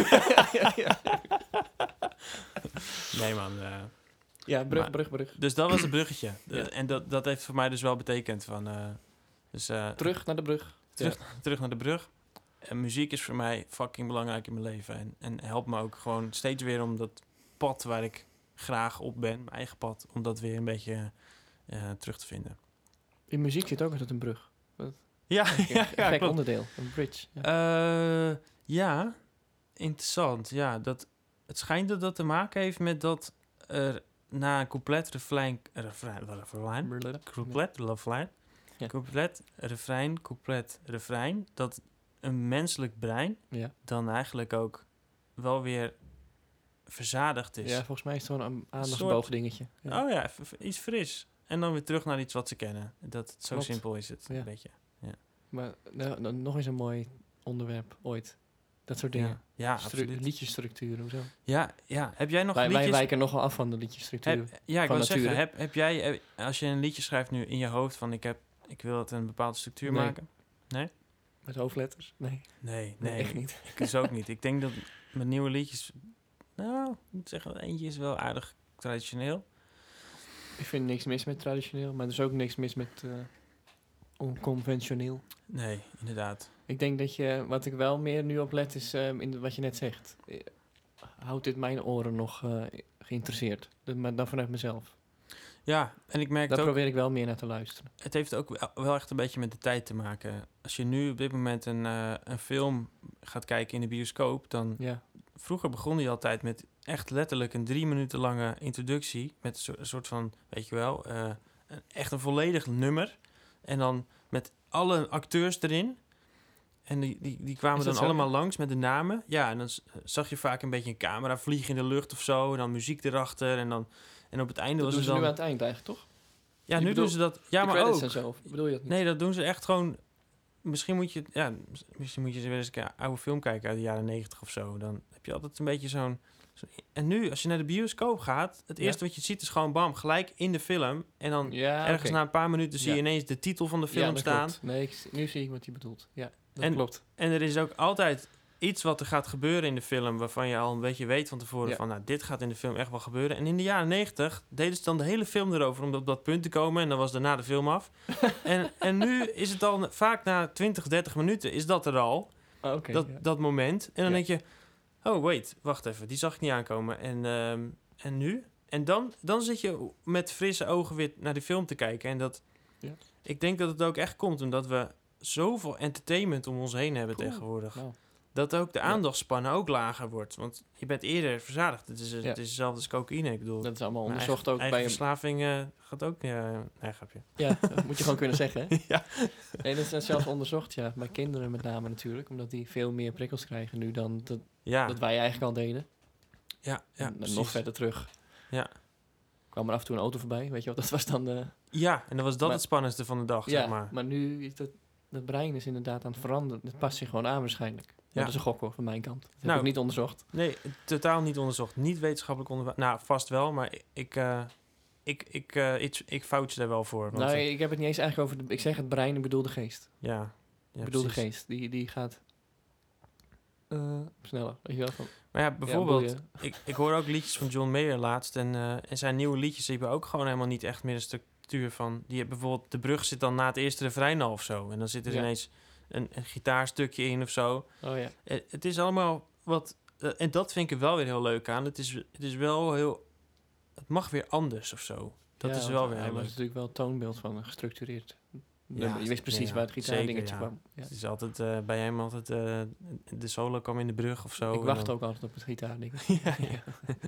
Nee man.
Ja,
Maar-
brug.
Dus dat was het bruggetje.
Ja.
En dat heeft voor mij dus wel betekend van...
Terug naar de brug.
terug naar de brug. En muziek is voor mij fucking belangrijk in mijn leven. En helpt me ook gewoon steeds weer om dat pad waar ik graag op ben, mijn eigen pad, om dat weer een beetje terug te vinden.
In muziek zit ook altijd een brug.
Ja,
Een gek
klopt.
onderdeel. Een bridge. Ja.
Ja, interessant. Ja, het schijnt dat dat te maken heeft met dat er na een couplet, refrein, couplet, refrein, dat een menselijk brein
Ja.
dan eigenlijk ook wel weer verzadigd is.
Ja, volgens mij is het gewoon een
soort-
aandachtsboogdingetje. Ja.
Oh ja, iets fris. En dan weer terug naar iets wat ze kennen. Zo
Klopt.
simpel is het,
Ja.
een beetje.
Maar nog eens een mooi onderwerp ooit. Dat soort dingen.
Ja, absoluut.
Liedjesstructuur, hoezo?
Ja. Heb jij nog
Wij
liedjes...
wijken nogal af van de liedjesstructuur.
Ja, ik
van
wil zeggen,
nature.
heb jij, als je een liedje schrijft nu in je hoofd van ik wil het een bepaalde structuur
Nee.
maken?
Met hoofdletters? Nee.
Nee,
Echt niet.
ik dus ook niet. Ik denk dat met nieuwe liedjes, nou, ik moet zeggen, eentje is wel aardig traditioneel.
Ik vind niks mis met traditioneel, maar er is ook niks mis met onconventioneel.
Nee, inderdaad.
Ik denk dat wat ik wel meer nu op let is in wat je net zegt. Houdt dit mijn oren nog geïnteresseerd? Maar dan vanuit mezelf.
Ja, en ik merk
Daar
het ook,
probeer ik wel meer naar te luisteren.
het heeft ook wel echt een beetje met de tijd te maken. Als je nu op dit moment een film gaat kijken in de bioscoop, dan
Ja,
vroeger begon hij altijd met echt letterlijk een 3 minuten lange introductie. Met een soort van, weet je wel, echt een volledig nummer. En dan met alle acteurs erin. En die kwamen
Is
dan
dat zo?
allemaal langs met de namen. Ja, en dan zag je vaak een beetje een camera vliegen in de lucht of zo. En dan muziek erachter. En op het einde
dat
was
doen
het
ze
dan...
nu aan het eind eigenlijk, toch?
Ja,
Ik
nu
bedoel,
doen ze dat... Ja,
De
maar
credits
ook...
en zo, of bedoel je dat niet?
Nee, dat doen ze echt gewoon... Misschien moet je weer eens een keer een oude film kijken uit de jaren 90 of zo. Dan heb heb je altijd een beetje zo'n... En nu, als je naar de bioscoop gaat... Het eerste wat je ziet is gewoon bam, gelijk in de film. En dan
Ja,
ergens
oké.
na een paar minuten zie je
Ja.
ineens de titel van de film
Ja, dat
staan.
klopt. Nee, nu zie ik wat je bedoelt. Ja, dat
En-
klopt.
En er is ook altijd iets wat er gaat gebeuren in de film... waarvan je al een beetje weet van tevoren
Ja.
van... nou, dit gaat in de film echt wel gebeuren. En in de jaren 90 deden ze dan de hele film erover... om op dat punt te komen. En dan was daarna de film af. en nu is het al vaak na 20, 30 minuten is dat er al.
Ah, oké.
dat,
ja.
dat moment. En dan
Ja.
denk je... oh, wait, wacht even. Die zag ik niet aankomen. En nu? En dan zit je met frisse ogen weer naar die film te kijken. En dat...
Ja.
Ik denk dat het ook echt komt omdat we zoveel entertainment om ons heen hebben
Oeh,
tegenwoordig.
Nou,
Dat ook de
Ja.
aandachtspannen ook lager wordt. Want je bent eerder verzadigd. Het is
Ja.
hetzelfde als cocaïne, ik bedoel.
dat is allemaal
Mijn
onderzocht
eigen,
ook
eigen
bij een...
verslaving gaat ook... nee, grapje.
Ja, dat moet je gewoon kunnen zeggen, hè?
Ja.
Nee, dat is zelfs onderzocht, ja. Bij kinderen met name natuurlijk. Omdat die veel meer prikkels krijgen nu dan
Ja,
dat wij eigenlijk al deden.
ja,
En
precies.
nog verder terug.
Ja.
Kwam er af en toe een auto voorbij, weet je wat? Dat was dan de...
Ja, en dan was dat
Maar-
het spannendste van de dag,
Ja,
zeg maar.
nu is dat brein is inderdaad aan het veranderen. Het past zich gewoon aan waarschijnlijk.
Ja.
Dat is een gok hoor, van mijn kant. Dat heb
Nou,
ik niet onderzocht.
Nee, totaal niet onderzocht. Niet wetenschappelijk onderbouwd. Nou, vast wel, maar ik fout je daar wel voor. Want,
Nou, ik heb het niet eens eigenlijk over... ik zeg het brein, ik bedoel de geest.
ja,
Ik bedoel de
precies.
geest. Die gaat... sneller, weet je wel? Van,
Maar ja, bijvoorbeeld,
boeien.
ik hoor ook liedjes van John Mayer laatst. En zijn nieuwe liedjes die hebben ook gewoon helemaal niet echt meer een structuur van... Die hebben bijvoorbeeld, de brug zit dan na het eerste refrein al of zo. En dan zit er
Ja.
ineens een gitaarstukje in of zo.
Oh ja.
Het is allemaal wat... en dat vind ik er wel weer heel leuk aan. Het is wel heel... Het mag weer anders of zo. Dat
Ja,
is
want
wel weer
hij
heel
was
leuk.
natuurlijk wel het toonbeeld van gestructureerd.
Ja,
Je wist precies
ja,
waar het gitaardingetje
zeker, ja.
kwam. Ja.
Het is altijd bij hem altijd... de solo kwam in de brug of zo.
Ik
en
wacht
dan-
ook altijd op het gitaarding.
ja, ja.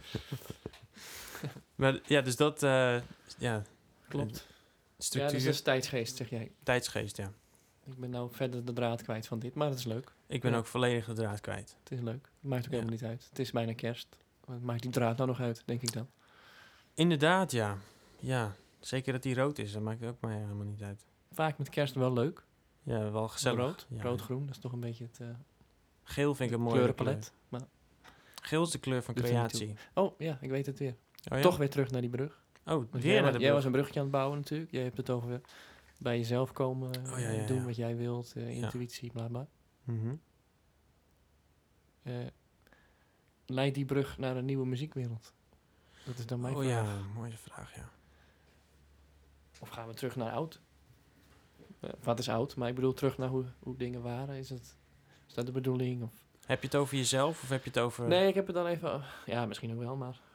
Maar ja, dus dat... ja,
Klopt.
structuur,
Ja, dus dat is tijdsgeest, zeg jij.
tijdsgeest, ja.
Ik ben nou verder de draad kwijt van dit, maar het is leuk.
Ik ben
Ja.
ook volledig de draad kwijt.
Het is leuk. Het maakt ook
Ja.
helemaal niet uit. Het is bijna kerst. Wat maakt die draad nou nog uit, denk ik dan?
Inderdaad, ja. Ja, zeker dat die rood is. Dat maakt ook mij helemaal niet uit.
Vaak met kerst wel leuk.
Ja, wel gezellig.
Rood,
Ja.
rood-groen, dat is toch een beetje het
Geel vind ik een mooie
kleurenpalet. Maar,
Geel is de kleur van
Doet er niet
creatie.
oh ja, ik weet het weer.
Oh, ja?
Toch weer terug naar die brug.
Oh,
Want
weer
jij,
naar de
jij
brug.
was een bruggetje aan het bouwen natuurlijk. Jij hebt het over bij jezelf komen,
Oh, ja,
doen
ja.
wat jij wilt, intuïtie, bla bla.
Mhm.
Leidt die brug naar een nieuwe muziekwereld? Dat is dan mijn
Oh
vraag.
ja, mooie vraag, ja.
Of gaan we terug naar oud? Wat is oud? Maar ik bedoel terug naar hoe dingen waren. Is dat de bedoeling? Of?
Heb je het over jezelf of heb je het over...
Nee, ik heb het dan even... ja, misschien ook wel, maar...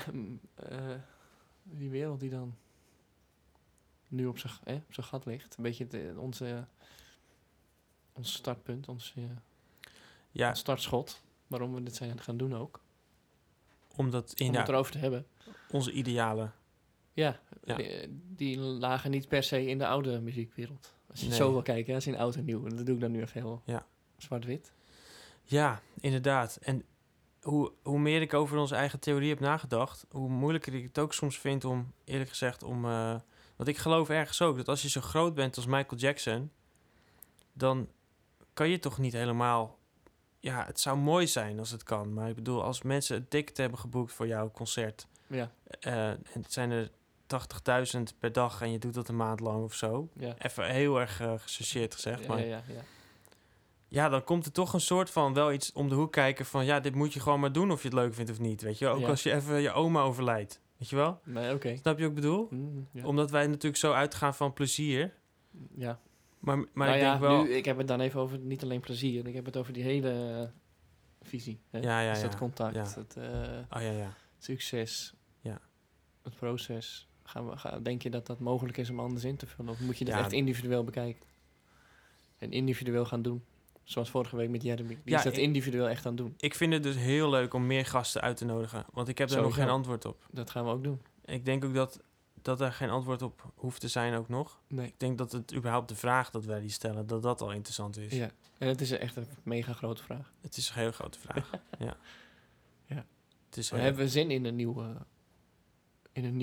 die wereld die dan nu op zijn gat ligt. Een beetje ons startpunt, ons
Ja,
startschot. Waarom we dit zijn gaan doen ook.
omdat
Om het
inderdaad
erover te hebben.
onze idealen...
Ja,
Ja.
die lagen niet per se in de oude muziekwereld. Als je het
Nee.
zo wil kijken, als in oud en nieuw. En dat doe ik dan nu even heel
Ja.
zwart-wit.
Ja, inderdaad. En hoe meer ik over onze eigen theorie heb nagedacht... hoe moeilijker ik het ook soms vind om, eerlijk gezegd... want ik geloof ergens ook dat als je zo groot bent als Michael Jackson... dan kan je toch niet helemaal... Ja, het zou mooi zijn als het kan. Maar ik bedoel, als mensen een ticket hebben geboekt voor jouw concert...
Ja,
en het zijn er 80.000 per dag en je doet dat een maand lang of zo...
ja.
Even heel erg gechargeerd gezegd, maar...
Ja.
Ja, dan komt er toch een soort van wel iets om de hoek kijken van... ja, dit moet je gewoon maar doen of je het leuk vindt of niet, weet je wel? Ook
Ja.
als je even je oma overlijdt, weet je wel?
Nee, oké.
Snap je wat ik bedoel?
Ja.
Omdat wij natuurlijk zo uitgaan van plezier.
Ja.
Maar
Nou
ik
ja,
denk wel...
nu, ik heb het dan even over niet alleen plezier. Ik heb het over die hele visie. Hè?
Ja,
Dus
ja.
dat contact,
Ja.
het
Oh ja.
succes,
Ja.
het proces. Denk je dat dat mogelijk is om anders in te vullen? Of moet je dat
Ja.
echt individueel bekijken? En individueel gaan doen? Zoals vorige week met Jeremy. Die
Ja,
is dat individueel echt aan het doen.
Ik vind het dus heel leuk om meer gasten uit te nodigen. Want ik heb daar nog
Sowieso.
geen antwoord op.
Dat gaan we ook doen.
En ik denk ook dat er geen antwoord op hoeft te zijn ook nog.
Nee.
Ik denk dat het überhaupt de vraag dat wij die stellen... dat al interessant is.
Ja. En het is echt een mega grote vraag.
Het is een heel grote vraag. Ja.
Ja.
Het is
We
heel-
hebben we zin in een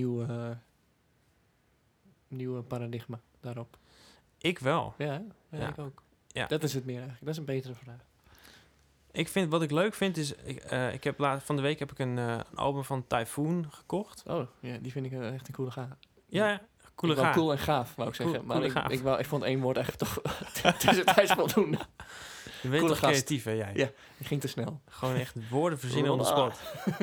nieuwe paradigma daarop?
Ik wel.
Ja, hè? Ja,
Ja.
ik ook.
Ja.
Dat is het meer eigenlijk. Dat is een betere vraag.
Wat ik leuk vind is... Ik heb van de week heb ik een album van Typhoon gekocht.
Oh, ja, die vind ik echt een coole gaaf.
Ja, coole
Wel
gaaf.
cool en gaaf, wou ik
Cool-
zeggen. Maar
coole gaaf.
ik vond één woord echt toch tussentijds voldoende.
Je weet
coole
toch
gast.
creatief, hè, jij?
Ja. Die ging te snel.
Gewoon echt woorden verzinnen on the spot.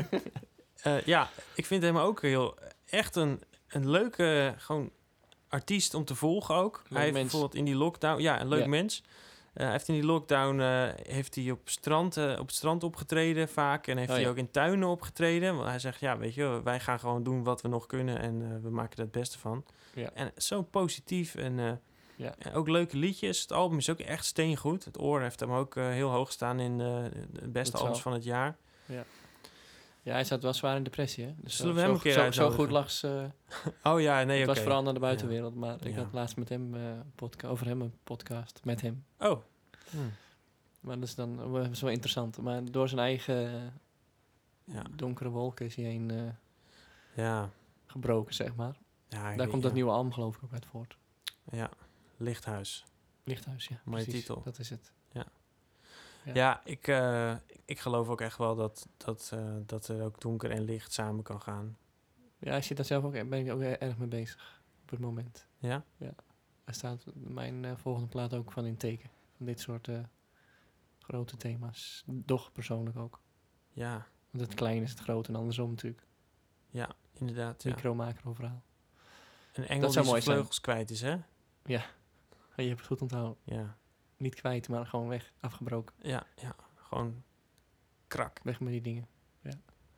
Ja, ik vind hem ook echt een leuke gewoon artiest om te volgen ook.
Leuk
Hij heeft
mens.
bijvoorbeeld in die lockdown... Ja, een leuk
Ja.
mens. Hij heeft in die lockdown heeft hij op het strand opgetreden vaak. En heeft
Oh,
hij
ja.
ook in tuinen opgetreden. Want hij zegt, ja, weet je, wij gaan gewoon doen wat we nog kunnen. En we maken er het beste van.
Ja.
En zo positief en
Ja.
en ook leuke liedjes. Het album is ook echt steengoed. Het Oor heeft hem ook heel hoog staan in de beste
Dat
albums
zal.
van het jaar.
Ja, hij zat wel zwaar in depressie, hè? Dus
Zullen we hem een keer
zo
uitnodigen?
goed lag ze.
Oh ja, nee,
Het
oké.
was vooral naar de buitenwereld. Maar ik
Ja.
had laatst met hem over hem een podcast. Met hem.
Oh.
Maar dat is dan wel interessant. Maar door zijn eigen
Ja.
donkere wolken is hij heen
Ja.
gebroken, zeg maar.
Ja, ik
Daar
weet-
komt
ja.
dat nieuwe album geloof ik ook uit voort.
Ja, Lichthuis.
Lichthuis, ja.
Mooie
precies.
titel.
Dat is het. Ja.
Ja, ik geloof ook echt wel dat er ook donker en licht samen kan gaan.
Ja, ik zit daar zelf ook, ben ik ook erg mee bezig op het moment.
Ja?
Daar staat mijn volgende plaat ook van in teken. Van dit soort grote thema's. Doch persoonlijk ook.
Ja,
Want het kleine is het grote en andersom natuurlijk.
ja, inderdaad. Ja.
Micro-macro verhaal.
Een engel
Dat zou
die zijn
mooi zijn.
vleugels kwijt is, hè?
Ja, je hebt het goed onthouden.
Ja,
Niet kwijt, maar gewoon weg. Afgebroken.
ja. Gewoon krak.
Weg met die dingen. Ja.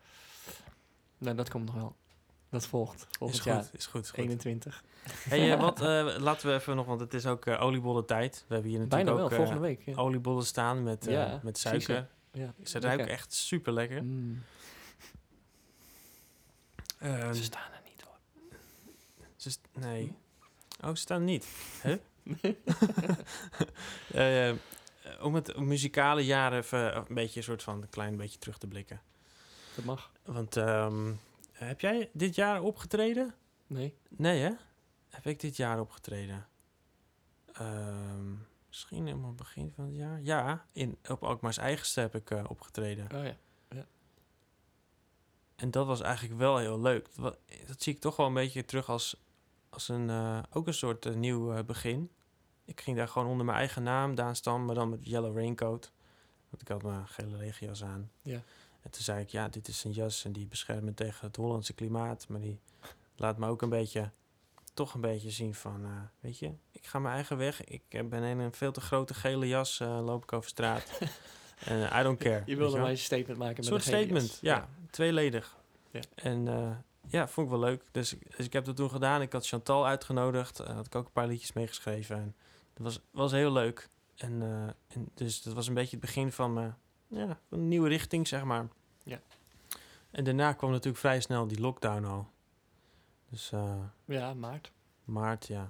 Nou, dat komt nog wel. Dat volgt.
Is
Volgend
goed,
jaar.
is goed.
21.
Hey, laten we even nog, want het is ook oliebollen tijd. We hebben hier natuurlijk
Bijna wel,
ook
volgende week. Ja.
oliebollen staan met
Ja,
suiker.
Ja.
Ze ruiken echt super lekker.
Mm. Ze staan er niet hoor.
Nee. Oh, ze staan niet. Huh? Om het muzikale jaar even een beetje een soort van een klein beetje terug te blikken.
Dat mag.
Want heb jij dit jaar opgetreden?
Nee.
Nee, hè? Heb ik dit jaar opgetreden? Misschien helemaal begin van het jaar. Ja, op Alkmaars Eigenste heb ik opgetreden.
Oh ja.
En dat was eigenlijk wel heel leuk. Dat zie ik toch wel een beetje terug als ook een soort nieuw begin. Ik ging daar gewoon onder mijn eigen naam, Daan Stam, maar dan met Yellow Raincoat. Want ik had mijn gele regenjas aan.
Ja.
En toen zei ik, ja, dit is een jas en die beschermt me tegen het Hollandse klimaat. Maar die laat me ook toch een beetje zien van, weet je, ik ga mijn eigen weg. Ik ben in een veel te grote gele jas, loop ik over straat. En I don't care.
Je
weet
wilde
wel.
maar een statement maken
Een
met
soort
een gele
statement,
jas.
ja. Tweeledig.
Ja.
En ja, vond ik wel leuk. Dus ik heb dat toen gedaan. Ik had Chantal uitgenodigd. Had ik ook een paar liedjes meegeschreven. En dat was heel leuk. En dus dat was een beetje het begin van een nieuwe richting, zeg maar.
Ja.
En daarna kwam natuurlijk vrij snel die lockdown al. Dus
Ja, maart.
maart, ja.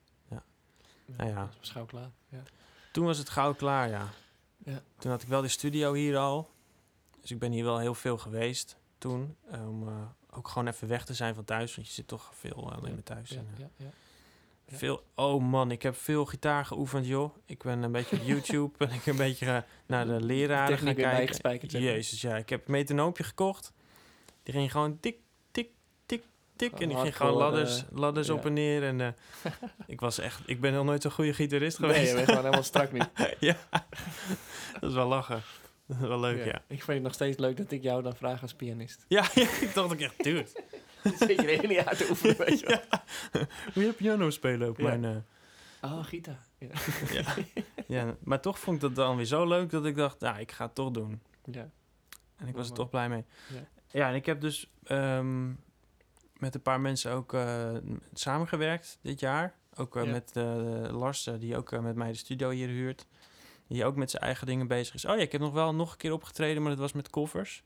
Nou ja.
Dat was gauw klaar. Ja.
Toen was het gauw klaar, ja.
Ja.
Toen had ik wel die studio hier al. Dus ik ben hier wel heel veel geweest toen. Om ook gewoon even weg te zijn van thuis. Want je zit toch veel alleen maar thuis.
Ja,
En,
ja, ja. Ja.
veel, oh man, ik heb veel gitaar geoefend, joh. Ik ben een beetje op YouTube en ik een beetje naar de leraren gaan
Techniek weer
kijken.
bijgespijkerd, zeg maar.
Jezus, ja. Ik heb een metronoompje gekocht. Die ging gewoon tik, tik, tik, tik. En die ging gewoon
Hardcore,
ladders
ja.
op en neer. En ik ben nog nooit zo'n goede gitarist
Nee,
geweest.
je bent gewoon helemaal strak nu.
Ja, dat is wel lachen. Dat is wel leuk, ja.
Ik vind het nog steeds leuk dat ik jou dan vraag als pianist.
Ja, ik dacht ook echt, dude.
Zeker helemaal niet uit te oefenen, weet je wel.
Moet je piano spelen op
Ja.
mijn...
Oh, gitaar. Ja.
Ja, maar toch vond ik dat dan weer zo leuk dat ik dacht, nou, ik ga het toch doen.
Ja.
En ik was er
Mooi.
toch blij mee.
Ja.
Ja, en ik heb dus met een paar mensen ook samengewerkt dit jaar. Ook
Ja.
met Lars, die ook met mij de studio hier huurt. Die ook met zijn eigen dingen bezig is. Oh ja, ik heb nog een keer opgetreden, maar dat was met covers.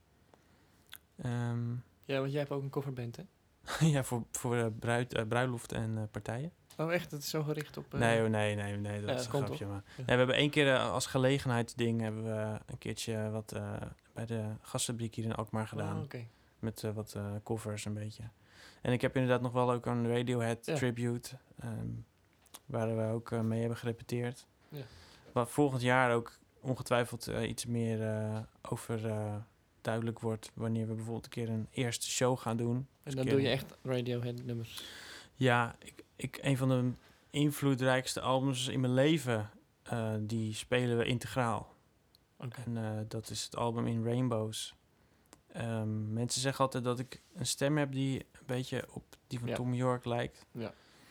Ja, want jij hebt ook een coverband, hè?
Ja, voor bruiloft en partijen.
Oh, echt? Dat is zo gericht op...
Nee, dat
Ja,
is
dat
een
komt
grapje.
toch?
Maar.
Ja.
Nee, we hebben één keer als gelegenheidsding hebben we een keertje wat bij de gasfabriek hier in Alkmaar gedaan.
Oh, oké.
Met wat covers een beetje. En ik heb inderdaad nog wel ook een Radiohead
Ja.
tribute. Waar we ook mee hebben gerepeteerd.
Ja.
Wat volgend jaar ook ongetwijfeld iets meer over duidelijk wordt wanneer we bijvoorbeeld een keer een eerste show gaan doen.
En dan doe je echt Radiohead nummers.
Ja, een van de invloedrijkste albums in mijn leven, die spelen we integraal.
Oké.
En dat is het album In Rainbows. Mensen zeggen altijd dat ik een stem heb die een beetje op die van Tom York lijkt.
Ja.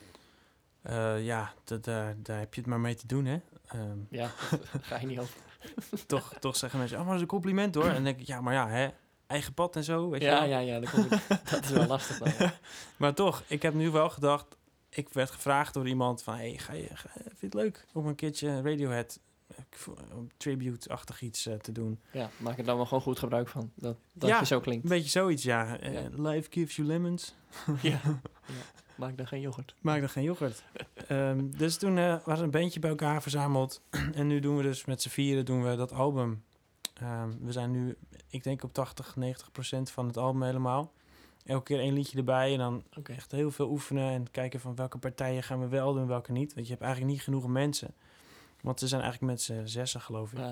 Daar heb je het maar mee te doen, hè?
Ja, ga je niet over.
toch zeggen mensen, maar dat is een compliment, hoor. En dan denk ik, hè? Eigen pad en zo, weet je wel?
Ja, dat is wel lastig dan. Ja.
Maar toch, ik heb nu wel gedacht... Ik werd gevraagd door iemand van... vind je het leuk om een keertje Radiohead... tribute-achtig iets te doen?
Ja, maak er dan wel gewoon goed gebruik van. Dat je zo klinkt.
Een beetje zoiets, ja. Life gives you lemons.
Ja. Maak dan geen yoghurt.
Dus toen was een bandje bij elkaar verzameld. En nu doen we dus met z'n vieren dat album. We zijn nu, ik denk op 80-90% van het album helemaal. Elke keer 1 liedje erbij en dan echt heel veel oefenen en kijken van welke partijen gaan we wel doen, welke niet. Want je hebt eigenlijk niet genoeg mensen. Want ze zijn eigenlijk met z'n 6, geloof ik.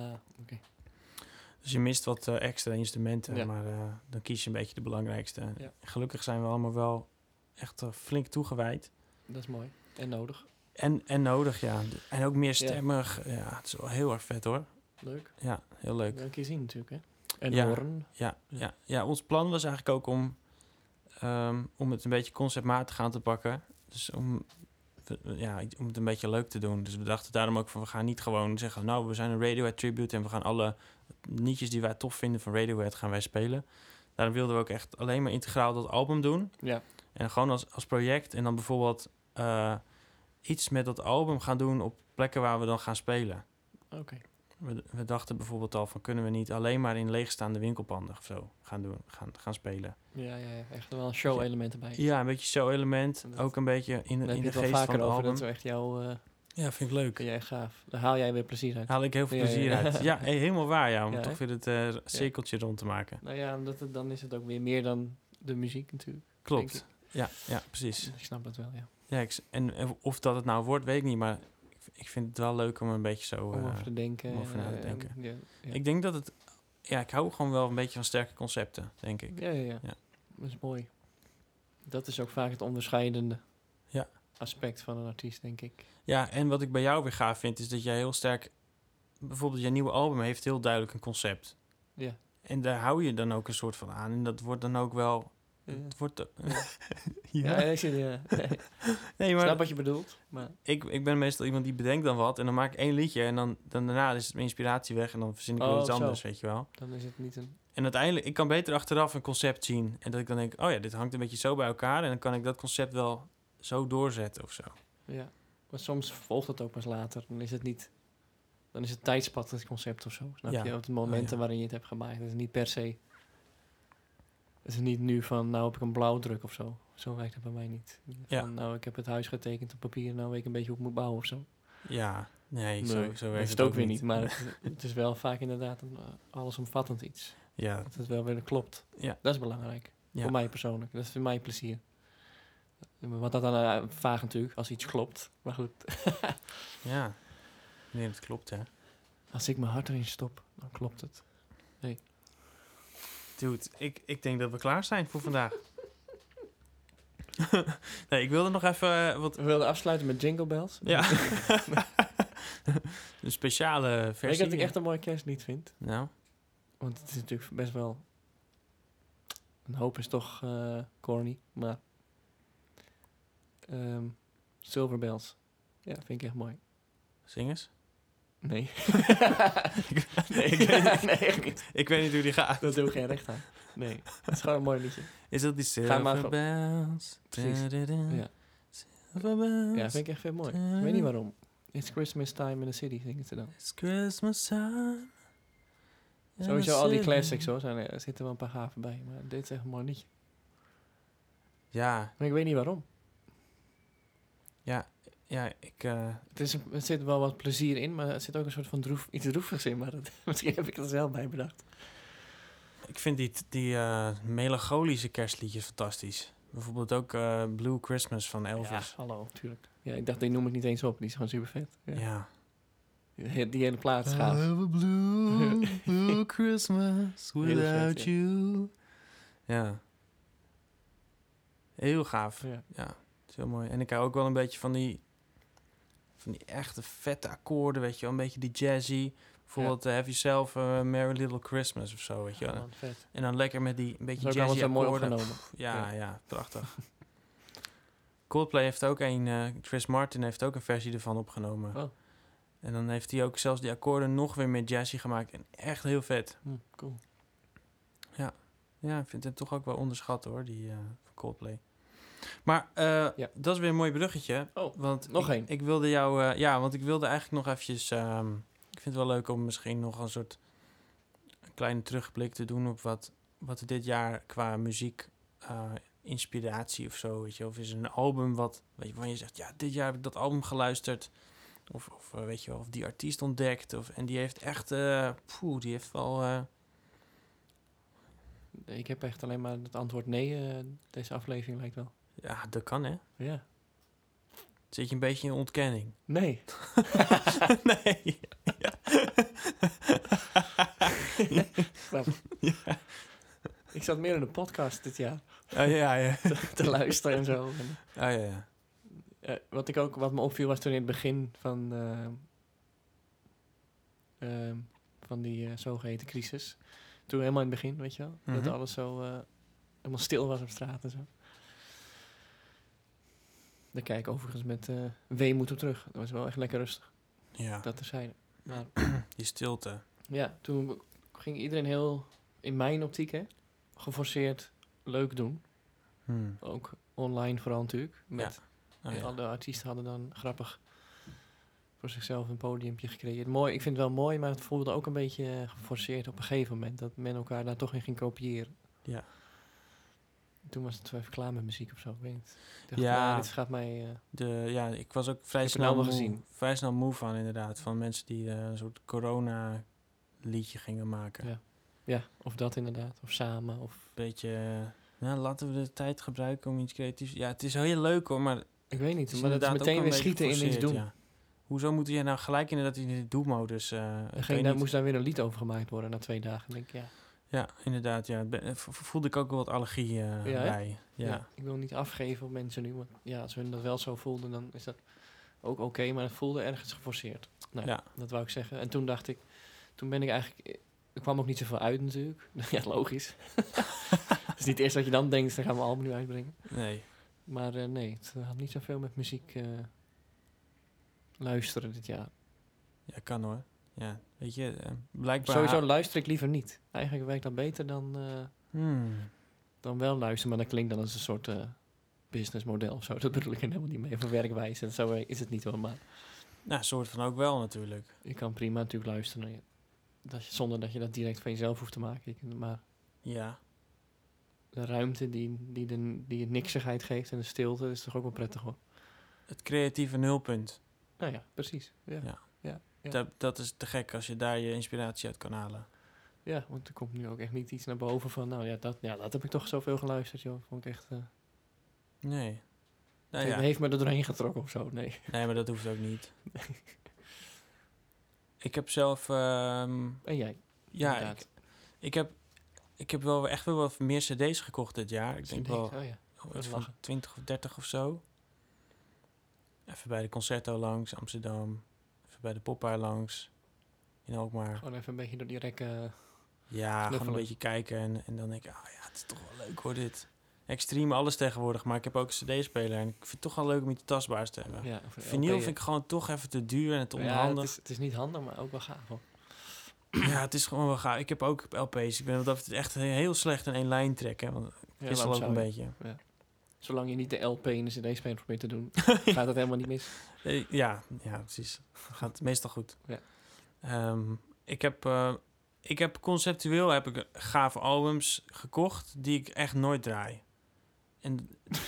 Dus je mist wat extra instrumenten, maar dan kies je een beetje de belangrijkste. Ja. Gelukkig zijn we allemaal wel echt flink toegewijd.
Dat is mooi. En nodig.
En nodig, ja. En ook meer stemmig. Ja, het is wel heel erg vet, hoor.
Leuk.
Ja, heel leuk.
Een keer zien natuurlijk, hè. En horen.
Ja, ons plan was eigenlijk ook om het een beetje conceptmatig aan te pakken. Dus om het een beetje leuk te doen. Dus we dachten daarom ook van, we gaan niet gewoon zeggen... nou, we zijn een Radiohead tribute... en we gaan alle liedjes die wij tof vinden van Radiohead gaan wij spelen. Daarom wilden we ook echt alleen maar integraal dat album doen.
Ja.
En gewoon als project. En dan bijvoorbeeld iets met dat album gaan doen... op plekken waar we dan gaan spelen.
Oké.
We dachten bijvoorbeeld al van... kunnen we niet alleen maar in leegstaande winkelpanden of zo gaan spelen.
Ja, echt wel een show-element erbij.
Ja, een beetje show-element. Ook een beetje in de geest van het album.
Dat is echt jouw...
ja, vind ik leuk.
Vind jij echt gaaf. Daar haal jij weer plezier uit.
Haal ik heel veel plezier uit. Ja, helemaal waar, ja. Om toch weer het cirkeltje rond te maken.
Nou ja, dan is het ook weer meer dan de muziek natuurlijk.
Klopt. Ja, precies.
Ik snap dat wel, ja.
Ja, en of dat het nou wordt, weet ik niet. Maar ik vind het wel leuk om een beetje zo...
om over te denken.
Om over na te denken.
Ja.
Ik denk dat het... Ja, ik hou gewoon wel een beetje van sterke concepten, denk ik.
Ja. Dat is mooi. Dat is ook vaak het onderscheidende aspect van een artiest, denk ik.
Ja, en wat ik bij jou weer gaaf vind, is dat jij heel sterk... Bijvoorbeeld, je nieuwe album heeft heel duidelijk een concept.
Ja.
En daar hou je dan ook een soort van aan. En dat wordt dan ook wel... Het wordt...
Nee, maar snap wat je bedoelt. Maar...
Ik ben meestal iemand die bedenkt dan wat. En dan maak ik 1 liedje. En dan daarna is mijn inspiratie weg. En dan verzin ik weer iets anders, weet je wel.
Dan is het niet een...
En uiteindelijk, ik kan beter achteraf een concept zien. En dat ik dan denk, dit hangt een beetje zo bij elkaar. En dan kan ik dat concept wel zo doorzetten of zo.
Ja, maar soms volgt het ook pas later. Dan is het niet... Dan is het tijdspad het concept of zo. Snap je? Op de momenten waarin je het hebt gemaakt. Het is niet per se... Het is niet nu van, nou heb ik een blauwdruk of zo. Zo werkt het bij mij niet. Van, nou, ik heb het huis getekend op papier. Nou weet ik een beetje hoe ik moet bouwen of zo.
Ja, nee, zo werkt
het is ook weer niet. Maar het is wel vaak inderdaad een allesomvattend iets.
Ja.
Dat het wel weer klopt.
Ja.
Dat is belangrijk. Ja. Voor mij persoonlijk. Dat is voor mij plezier. Wat dat dan vaag natuurlijk, als iets klopt. Maar goed.
Ja. Nee, dat klopt, hè.
Als ik mijn hart erin stop, dan klopt het. Nee.
Dude, ik denk dat we klaar zijn voor vandaag. Nee, ik wilde nog even...
We wilden afsluiten met Jingle Bells.
Ja. Een speciale versie.
Weet je dat ik echt een mooi kerstlied vind?
Nou?
Want het is natuurlijk best wel... Een hoop is toch corny, maar... Silver Bells. Ja, vind ik echt mooi.
Zing eens.
Nee.
Ik weet niet hoe die gaat.
Dat doe ik geen recht aan. Nee, het is gewoon een mooi liedje.
Is dat die Silver Bells?
Precies. Ja.
Silver Bells.
Ja, vind ik echt veel mooi. Ik weet niet waarom. It's Christmas time in the city, zingen ze dan.
It's Christmas time.
Sowieso al die classics hoor, er zitten wel een paar gaven bij. Maar dit is echt een mooi liedje.
Ja.
Maar ik weet niet waarom.
Ja,
er zit wel wat plezier in, maar er zit ook een soort van iets droevigs in. Maar misschien heb ik er zelf bij bedacht.
Ik vind die melancholische kerstliedjes fantastisch. Bijvoorbeeld ook Blue Christmas van Elvis.
Ja, hallo, tuurlijk. Ja, ik dacht, die noem ik niet eens op. Die is gewoon super vet.
Ja.
Die hele plaat is
I
gaaf.
have a blue Christmas
Heel
without
vet, ja.
you. Ja. Heel gaaf.
Ja.
Ja, het is heel mooi. En ik hou ook wel een beetje van die echte vette akkoorden, weet je wel. Een beetje die jazzy. Bijvoorbeeld Have Yourself a Merry Little Christmas of zo, weet je wel.
Man, vet.
En dan lekker met die een beetje
Dat is ook
jazzy
allemaal zo mooi
akkoorden.
opgenomen.
Ja,
Ja.
ja, prachtig. Coldplay heeft ook Chris Martin heeft ook een versie ervan opgenomen.
Oh.
En dan heeft hij ook zelfs die akkoorden nog weer meer jazzy gemaakt. En echt heel vet.
Cool.
Ja, ik vind het toch ook wel onderschat hoor, die van Coldplay. Maar
Ja.
dat is weer een mooi bruggetje.
Oh,
Want
nog één.
ik wilde jou... want ik wilde eigenlijk nog eventjes... ik vind het wel leuk om misschien nog een soort... een kleine terugblik te doen op wat er dit jaar qua muziek... inspiratie of zo, weet je. Of is er een album wat... weet je, waarvan je zegt... ja, dit jaar heb ik dat album geluisterd. Of weet je wel, of die artiest ontdekt. En die heeft echt... die heeft wel...
Ik heb echt alleen maar het antwoord nee. Deze aflevering lijkt wel.
ja, dat kan hè.
Ja.
Zit je een beetje in ontkenning?
Nee.
Nee. Ja.
Snap.
Ja.
Ik zat meer in een podcast dit jaar
Oh, ja.
te luisteren en zo. En,
Oh, ja.
wat me opviel was toen in het begin van die zogeheten crisis. Toen helemaal in het begin, weet je wel.
Mhm.
Dat alles zo helemaal stil was op straat en zo. Daar kijk ik overigens met weemoed op terug. Dat was wel echt lekker rustig.
Ja,
Dat terzijde. Maar
die stilte.
ja, toen ging iedereen heel, in mijn optiek, geforceerd leuk doen. Ook online vooral natuurlijk. Met,
Oh, ja.
alle artiesten hadden dan grappig voor zichzelf een podiumpje gecreëerd. Mooi, ik vind het wel mooi, maar het voelde ook een beetje geforceerd op een gegeven moment. Dat men elkaar daar toch in ging kopiëren.
Ja.
Toen was het zo even klaar met muziek of zo, ik weet niet. Ik dacht,
Ja.
nou, dit gaat mij...
Ik was ook vrij
heb het
snel
nou wel
moe.
gezien.
Vrij snel moe van inderdaad. Van mensen die een soort corona liedje gingen maken.
Ja. Ja, of dat inderdaad. Of samen, of...
Beetje... laten we de tijd gebruiken om iets creatiefs... Ja, het is heel leuk hoor, maar...
Ik weet niet,
het is
maar dat is
inderdaad ook
meteen
een
weer
beetje
schieten in iets
geforceerd,
doen.
ja. Hoezo moet je nou gelijk inderdaad in de doelmodus...
Moest daar weer een lied over gemaakt worden na 2 dagen. Dan denk ik, ja.
Ja, inderdaad. Ja. Voelde ik ook wel wat allergie bij. Ja.
Ik wil niet afgeven op mensen nu, want ja, als hun dat wel zo voelden, dan is dat ook oké, maar het voelde ergens geforceerd. Nou,
Ja.
dat wou ik zeggen. En toen dacht ik, ben ik eigenlijk, er kwam ook niet zoveel uit natuurlijk. Ja, logisch. Het is niet het eerste wat je dan denkt, dan gaan we een album nu uitbrengen.
Nee.
Maar nee, het had niet zoveel met muziek luisteren dit jaar.
Ja, kan hoor. Ja, weet je, blijkbaar...
Sowieso luister ik liever niet. Eigenlijk werkt dat beter dan wel luisteren, maar dat klinkt dan als een soort businessmodel of zo. Dat bedoel ik er helemaal niet mee, voor werkwijze. Zo is het niet hoor, maar
Nou, soort van ook wel natuurlijk.
je kan prima natuurlijk luisteren naar zonder dat je dat direct van jezelf hoeft te maken. Maar
Ja.
de ruimte die het niksigheid geeft en de stilte is toch ook wel prettig hoor.
Het creatieve nulpunt.
Nou ja, precies. Ja.
Ja.
Ja.
Dat is te gek als je daar je inspiratie uit kan halen.
Ja, want er komt nu ook echt niet iets naar boven van, nou ja, dat heb ik toch zoveel geluisterd, joh. Vond ik echt...
Nee. Nou,
het
ja.
heeft me er doorheen getrokken of zo, nee.
Nee, maar dat hoeft ook niet. Ik heb zelf...
En jij?
ja,
Inderdaad.
ik heb wel echt wel wat meer cd's gekocht dit jaar. Ik denk
CD's,
wel
oh ja.
iets van 20 of 30 of zo. Even bij de Concerto langs, Amsterdam. Even bij de Popeye langs, in Alkmaar.
Gewoon even een beetje door die rekken...
Ja, gewoon
knuffelen.
een beetje kijken en dan denk ik, ja, het is toch wel leuk hoor dit. Extreme alles tegenwoordig, maar ik heb ook een cd-speler en ik vind het toch wel leuk om iets tastbaars te hebben.
Ja,
Vinyl vind ik gewoon toch even te duur en te
Ja,
onhandig.
het is niet handig, maar ook wel gaaf hoor.
Ja, het is gewoon wel gaaf. Ik heb ook LP's. Ik ben wat dat betreft echt heel slecht in één lijn trekken. Want
Ja,
is al
waarom
ook een
zou je?
beetje.
Zolang je niet de LP in de CD-speler probeert te doen, gaat het helemaal niet mis.
Ja, precies. Gaat meestal goed.
Ja.
Ik heb conceptueel gave albums gekocht die ik echt nooit draai. En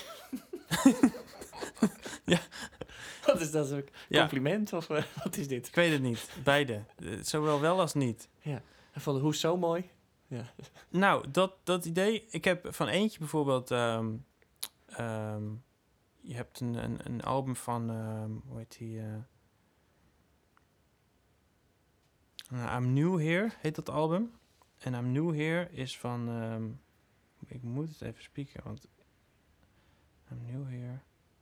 Wat is dat, een
Ja.
compliment of wat is dit?
ik weet het niet. Beide. Zowel wel als niet.
En van de hoes zo mooi. Ja.
Nou, dat idee. Ik heb van eentje bijvoorbeeld... je hebt een album van... hoe heet die? I'm New Here heet dat album. En I'm New Here is van... ik moet het even spieken, want... I'm New Here...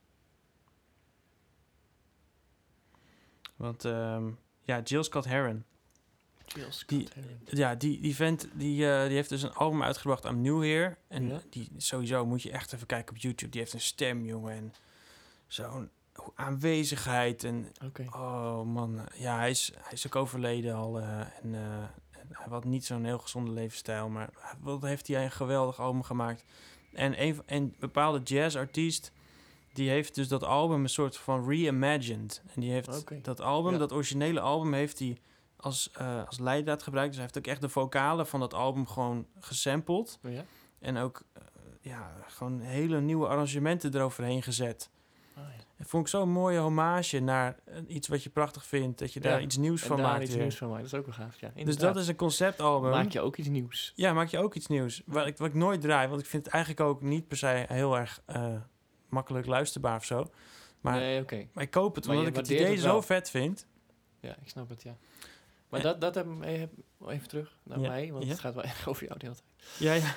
Want Jill Scott Heron.
Jill Scott Heron.
Ja, die vent die heeft dus een album uitgebracht, I'm New Here. En
Ja?
die sowieso moet je echt even kijken op YouTube. Die heeft een stem, jongen. En zo'n aanwezigheid. En
Oké.
oh man, ja, hij is ook overleden al. En hij had niet zo'n heel gezonde levensstijl. Maar wat heeft hij een geweldig album gemaakt. En een bepaalde jazzartiest... Die heeft dus dat album een soort van reimagined. En die heeft dat album,
Ja.
dat originele album, heeft hij als leidraad gebruikt. Dus hij heeft ook echt de vocalen van dat album gewoon gesampled.
Oh, ja?
En ook gewoon hele nieuwe arrangementen eroverheen gezet.
Oh, ja.
Dat vond ik zo'n mooie hommage naar iets wat je prachtig vindt. Dat je daar iets nieuws
en
van
daar
maakt
iets
weer.
nieuws van maakt. Dat is ook wel gaaf, ja.
Dus
Inderdaad.
dat is een conceptalbum.
Maak je ook iets nieuws.
Ja, maak je ook iets nieuws. Wat ik nooit draai, want ik vind het eigenlijk ook niet per se heel erg... makkelijk luisterbaar of zo. Maar,
Nee, oké.
maar ik koop het
Maar
omdat
je
ik het
waardeert
idee
het wel.
zo vet vind.
Ja, ik snap het, ja. Maar dat even terug naar
Ja,
mij, want
ja.
het gaat wel erg over jou de hele tijd.
Ja.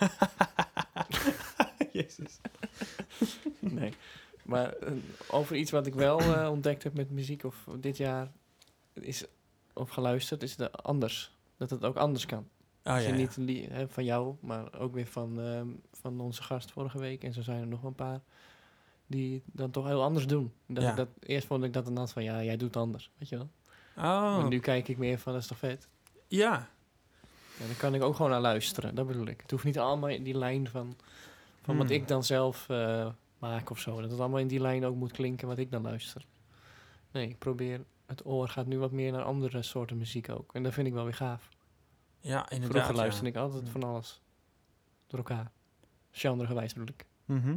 Jezus.
Nee. Maar over iets wat ik wel ontdekt heb met muziek of dit jaar of geluisterd, is het anders. Dat het ook anders kan.
Oh,
Als je
ja,
niet van jou, maar ook weer van onze gast vorige week. En zo zijn er nog wel een paar die dan toch heel anders doen. Eerst vond ik dat een nat van, ja, jij doet anders, weet je wel.
Oh.
Maar nu kijk ik meer van, dat is toch vet?
Ja.
Ja, dan kan ik ook gewoon naar luisteren, dat bedoel ik. Het hoeft niet allemaal in die lijn van wat ik dan zelf maak of zo. Dat het allemaal in die lijn ook moet klinken wat ik dan luister. Nee, ik probeer, het oor gaat nu wat meer naar andere soorten muziek ook. En dat vind ik wel weer gaaf.
Ja, inderdaad.
Vroeger luisterde ik altijd van alles. Door elkaar. Genregewijs bedoel ik.
Mhm.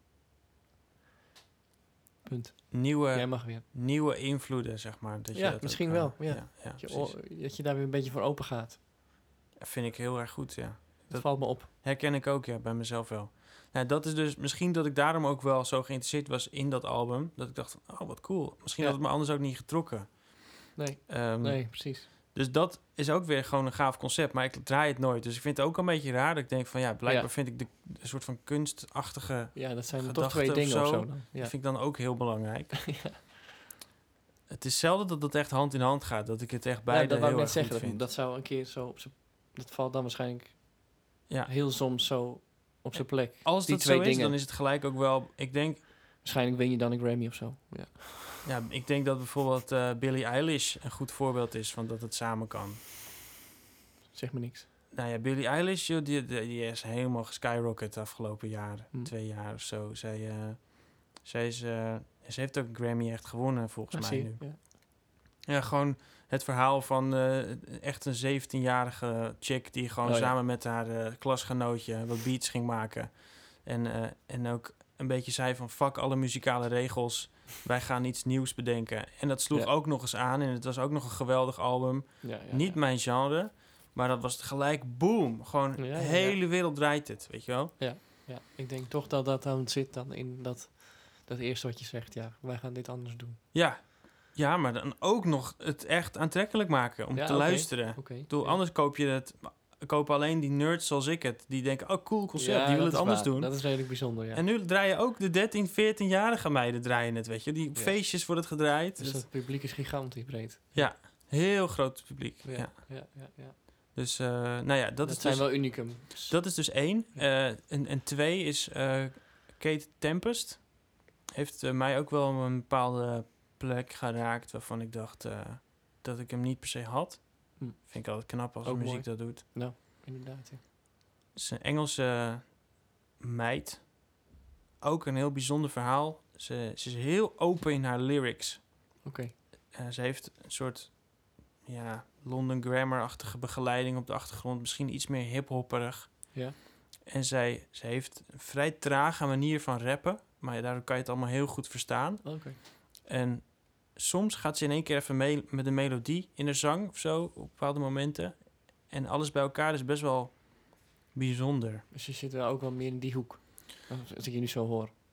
Punt. Jij mag weer.
Nieuwe invloeden, zeg maar. Dat je
Ja,
dat
misschien
ook,
wel. Ja.
precies.
Dat je daar weer een beetje voor open gaat.
Vind ik heel erg goed, ja.
Dat valt me op.
Herken ik ook, ja, bij mezelf wel. Nou, dat is dus misschien dat ik daarom ook wel zo geïnteresseerd was in dat album. Dat ik dacht, oh, wat cool. Misschien had het me anders ook niet getrokken.
Nee, nee, precies.
Dus dat is ook weer gewoon een gaaf concept. Maar ik draai het nooit. Dus ik vind het ook een beetje raar dat ik denk van... ja, blijkbaar vind ik de soort van kunstachtige...
Ja, dat zijn
gedachten
toch twee dingen of zo dan. Ja.
Dat vind ik dan ook heel belangrijk.
Ja.
Het is zelden dat het echt hand in hand gaat. Dat ik het echt beide
dat wou
heel
ik
erg
net
goed
zeggen.
vind.
Dat zou een keer zo op zijn... Dat valt dan waarschijnlijk
Ja.
heel soms zo op zijn plek.
Als
die
dat
twee
zo is,
dingen.
dan is het gelijk ook wel... Ik denk...
Waarschijnlijk win je dan een Grammy of zo. Ja.
Ja, ik denk dat bijvoorbeeld Billie Eilish een goed voorbeeld is van dat het samen kan.
Zeg me niks.
Nou ja, Billie Eilish, joh, die is helemaal geskyrocket de afgelopen jaren. 2 jaar of zo. Ze heeft ook een Grammy echt gewonnen, volgens mij nu. Ja, gewoon het verhaal van echt een 17-jarige chick... die gewoon samen met haar klasgenootje wat beats ging maken. En ook een beetje zei van... fuck alle muzikale regels, wij gaan iets nieuws bedenken. En dat sloeg ook nog eens aan. En het was ook nog een geweldig album. Niet mijn genre... Maar dat was gelijk, boom. Gewoon de hele wereld draait het, weet je wel?
Ja, ik denk toch dat dat dan zit dan in dat eerste wat je zegt. Ja, wij gaan dit anders doen.
Ja, maar dan ook nog het echt aantrekkelijk maken om te luisteren. Anders kopen alleen die nerds zoals ik het. Die denken, oh cool concept, die willen het anders doen.
Dat is redelijk bijzonder, ja.
En nu draaien ook de 13, 14-jarige meiden draaien het, weet je. Die feestjes wordt het gedraaid.
Dus het publiek is gigantisch breed.
Ja, heel groot publiek. Ja. Dus, nou ja, dat is
zijn
dus,
wel unicum.
Dat is dus 1. En 2 is Kate Tempest. Heeft mij ook wel een bepaalde plek geraakt waarvan ik dacht dat ik hem niet per se had. Vind ik altijd knap als
ook
muziek
mooi.
dat doet.
Nou, inderdaad. Ja.
Het is een Engelse meid. Ook een heel bijzonder verhaal. Ze is heel open in haar lyrics.
Oké.
Ze heeft een soort London Grammar-achtige begeleiding op de achtergrond. Misschien iets meer hiphopperig.
Ja.
En ze heeft een vrij trage manier van rappen. Maar daardoor kan je het allemaal heel goed verstaan.
Oké.
En soms gaat ze in één keer even mee met een melodie in de zang of zo. Op bepaalde momenten. En alles bij elkaar is best wel bijzonder.
Dus je zit er ook wel meer in die hoek. Als ik je nu zo hoor.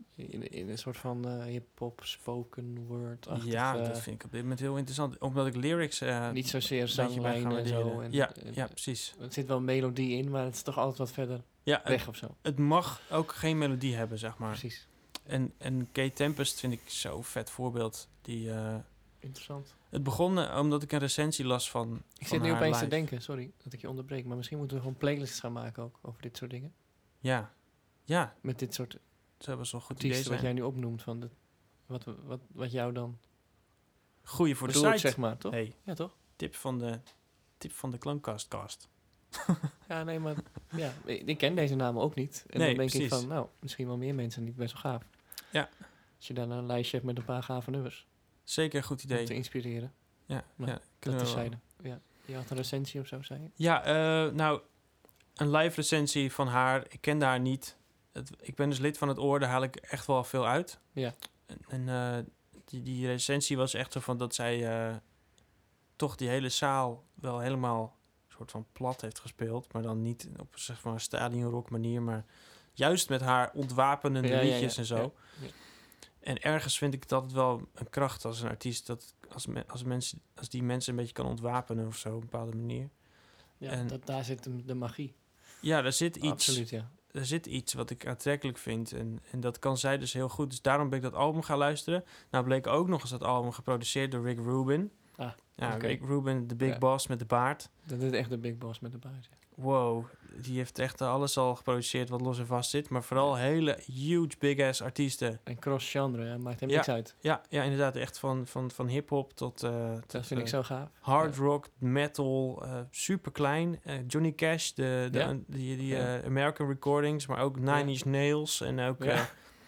In een soort van hip-hop, spoken word-achtig.
Ja, dat vind ik op dit moment heel interessant. Omdat ik lyrics
niet zozeer
een beetje ben gaan
zanglijnen en zo.
waarderen.
En,
Ja, precies.
Er zit wel een melodie in, maar het is toch altijd wat verder
Ja,
weg of zo.
het mag ook geen melodie hebben, zeg maar.
Precies.
En Kate Tempest vind ik zo'n vet voorbeeld.
Interessant.
Het begon omdat ik een recensie las van
Ik zit nu
haar
opeens te
live.
denken, sorry dat ik je onderbreek, maar misschien moeten we gewoon playlists gaan maken ook over dit soort dingen.
Ja,
Met dit soort
dat hebben zo'n goed idee
artiesten wat
zijn.
jij nu opnoemt, van wat jou dan
Goeie voor de
bedoelt,
site.
zeg maar, toch?
Hey,
Ja, toch?
tip van de Klankkastcast.
Ja, nee, maar ja, ik ken deze namen ook niet. En
Nee,
dan denk
precies.
ik van, nou, misschien wel meer mensen die best wel gaaf.
Ja.
Als je dan een lijstje hebt met een paar gave nummers
Zeker een goed
om te
idee.
inspireren.
Ja,
Maar
ja,
Dat
kunnen we
is
wel.
zijde. Ja. Je had een recensie of zo, zei je?
Ja, nou, een live recensie van haar. Ik kende haar niet. Ik ben dus lid van het Oor, daar haal ik echt wel veel uit.
Ja.
En die recensie was echt zo van dat zij toch die hele zaal wel helemaal soort van plat heeft gespeeld. Maar dan niet op zeg maar stadionrock manier, maar juist met haar ontwapenende
Ja, ja,
liedjes
ja.
en zo.
Ja, ja.
En ergens vind ik het altijd wel een kracht als een artiest, dat als die mensen een beetje kan ontwapenen of zo, op een bepaalde manier.
Ja,
En-
daar zit de magie.
Ja, daar zit iets.
Absoluut, ja.
Er zit iets wat ik aantrekkelijk vind. En dat kan zij dus heel goed. Dus daarom ben ik dat album gaan luisteren. Nou bleek ook nog eens dat album geproduceerd door Rick Rubin.
Ah,
Ja,
oké.
Rick Rubin, de big
Ja.
boss met de baard.
Dat is echt de big boss met de baard. Ja.
Wow, die heeft echt alles al geproduceerd wat los en vast zit. Maar vooral hele huge, big-ass artiesten.
En cross-genre, hè, maakt hem
Ja.
niks uit.
Ja, inderdaad. Echt van hip-hop tot
Dat vind ik zo gaaf.
hard
Ja.
rock, metal, super klein. Johnny Cash,
Ja.
die
Ja.
American Recordings, maar ook Nine
Ja.
Inch Nails en ook
Ja.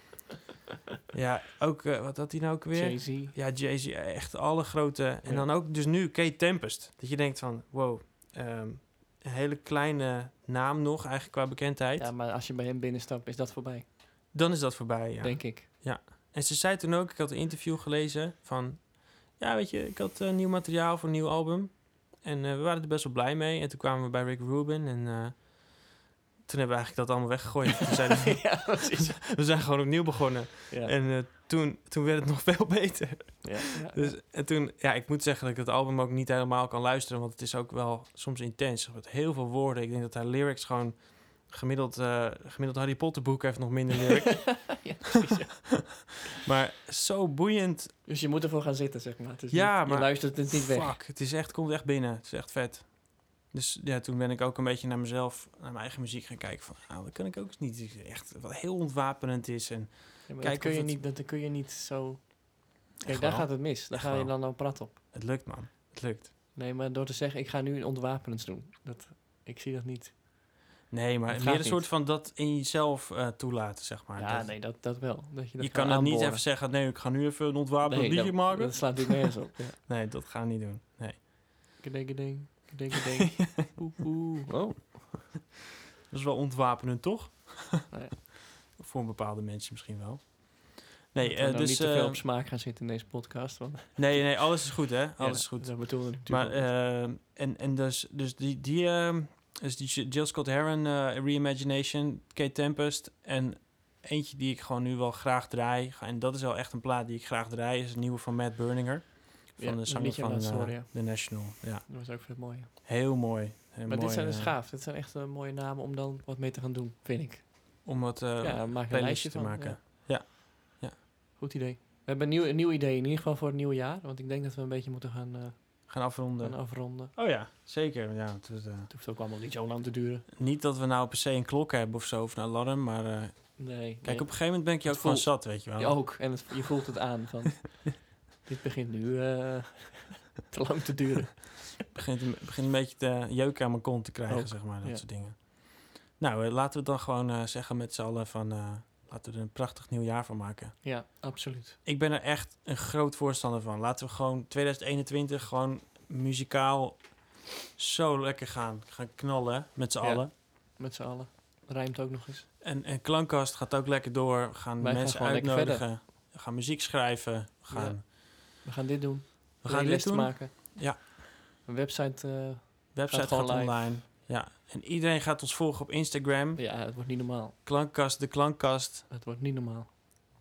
wat had hij nou ook weer?
Jay-Z.
Ja, Jay-Z, echt alle grote. En
Ja.
dan ook dus nu Kate Tempest. Dat je denkt van, wow, een hele kleine naam nog eigenlijk qua bekendheid.
Ja, maar als je bij hem binnenstapt, is dat voorbij.
Dan is dat voorbij, ja.
Denk ik.
En ze zei toen ook, ik had een interview gelezen van... Ja, weet je, ik had nieuw materiaal voor een nieuw album. En we waren er best wel blij mee. En toen kwamen we bij Rick Rubin en toen hebben we eigenlijk dat allemaal weggegooid. Toen zeiden we,
Ja, precies.
we zijn gewoon opnieuw begonnen.
Ja.
En toen werd het nog veel beter.
Ja.
Dus, en toen, ja, ik moet zeggen dat ik het album ook niet helemaal kan luisteren, want het is ook wel soms intens. Met heel veel woorden. Ik denk dat haar lyrics gewoon gemiddeld Harry Potter boek heeft nog minder lyrics.
Ja, precies, ja.
Maar zo boeiend.
Dus je moet ervoor gaan zitten, zeg maar. Het is
Ja,
niet,
maar
je luistert het niet weg.
Fuck, het is echt, komt echt binnen. Het is echt vet. Dus ja, toen ben ik ook een beetje naar mezelf, naar mijn eigen muziek gaan kijken. Van, dat kan ik ook eens niet. Echt wat heel ontwapenend is. En
Ja, maar
Kijk
dat kun je niet zo... Kijk,
Echt
daar
wel.
gaat het mis. Daar
Echt
ga je
wel.
dan al prat op.
het lukt, man. Het lukt.
Nee, maar door te zeggen, ik ga nu ontwapenends doen. Ik zie dat niet.
Nee, maar
Het
meer
gaat
een
niet.
soort van dat in jezelf toelaten, zeg maar.
Ja,
Dat-
nee, dat wel. Dat je dat
je
gaat
kan het niet
aanboren.
even zeggen, nee, ik ga nu even een ontwapend
Nee,
liedje maken.
dat slaat natuurlijk nergens op. Ja.
Nee, dat gaan we niet doen. Nee.
Kedeng, kedeng. Oeh. Oh.
Dat is wel ontwapenend, toch?
Nee.
Voor bepaalde mensen misschien wel. Nee,
Laten we nou
dus...
niet te veel op smaak gaan zitten in deze podcast. Want
nee, alles is goed, hè? Alles
ja,
is goed.
Dat bedoelde ik
Maar,
natuurlijk ook.
dus die Jill Scott Heron reimagination, Kate Tempest en eentje die ik gewoon nu wel graag draai. En dat is wel echt een plaat die ik graag draai, is een nieuwe van Matt Berninger.
Ja,
Van de
dat
zanger
liedje
van
laatst horen, ja.
The National. Ja,
Dat was ook veel mooi.
heel mooi.
Maar dit zijn dus gaaf. Dit zijn echt mooie namen om dan wat mee te gaan doen, vind ik.
Om wat
Ja, maak er een
playlistje
lijstje
te
van.
maken.
Ja.
Ja.
Goed idee. We hebben een nieuw idee in ieder geval voor het nieuwe jaar. Want ik denk dat we een beetje moeten
Gaan afronden.
gaan afronden.
Oh ja, zeker. Ja,
Het hoeft ook allemaal niet zo lang te duren.
niet dat we nou per se een klok hebben of zo, of een alarm, maar
Nee.
kijk, op een gegeven moment ben ik je
Het
ook gewoon
voelt-
zat, weet je wel.
Je ook. En je voelt het aan van... dit begint nu te lang te duren.
begint een beetje te jeuken aan mijn kont te krijgen,
Ook,
zeg maar, dat
ja.
soort dingen. Nou, laten we het dan gewoon zeggen met z'n allen van... laten we er een prachtig nieuw jaar van maken.
Ja, absoluut.
Ik ben er echt een groot voorstander van. Laten we gewoon 2021 gewoon muzikaal zo lekker gaan knallen met z'n
Ja.
allen.
Met z'n allen. Rijmt ook nog eens.
En Klankkast gaat ook lekker door. We gaan
Wij gaan
mensen
gewoon lekker
uitnodigen. We gaan muziek schrijven.
We gaan dit doen.
We gaan dit
Playlist
doen.
maken.
Ja.
Een website.
Website
Gaat gewoon
gaat
live.
online. Ja. En iedereen gaat ons volgen op Instagram.
Ja, het wordt niet normaal.
Klankkast, de Klankkast.
Het wordt niet normaal.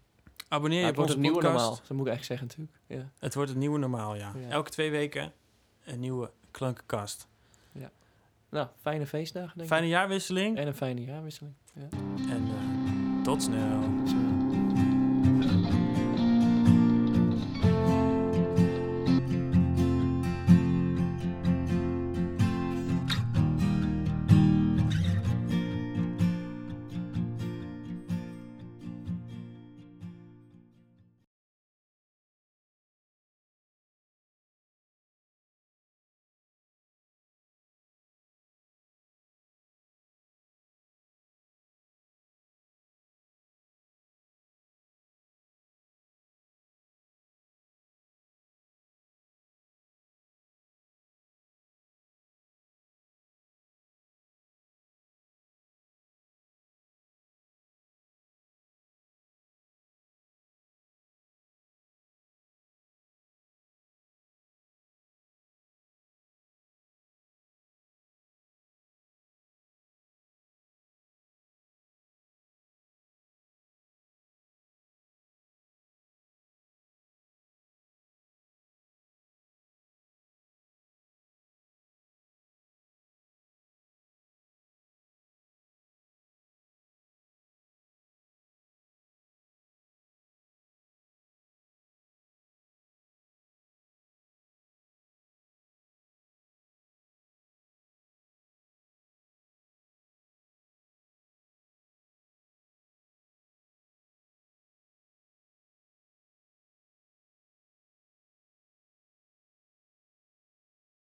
Abonneer je
Het
op
wordt
onze
het nieuwe
podcast.
normaal. Dat moet ik echt zeggen natuurlijk. Ja.
Het wordt het nieuwe normaal, ja.
Ja.
Elke 2 weken een nieuwe klankenkast.
Nou, fijne feestdagen denk
Fijne
ik.
jaarwisseling
En een fijne jaarwisseling. Ja.
en tot snel.
Dus,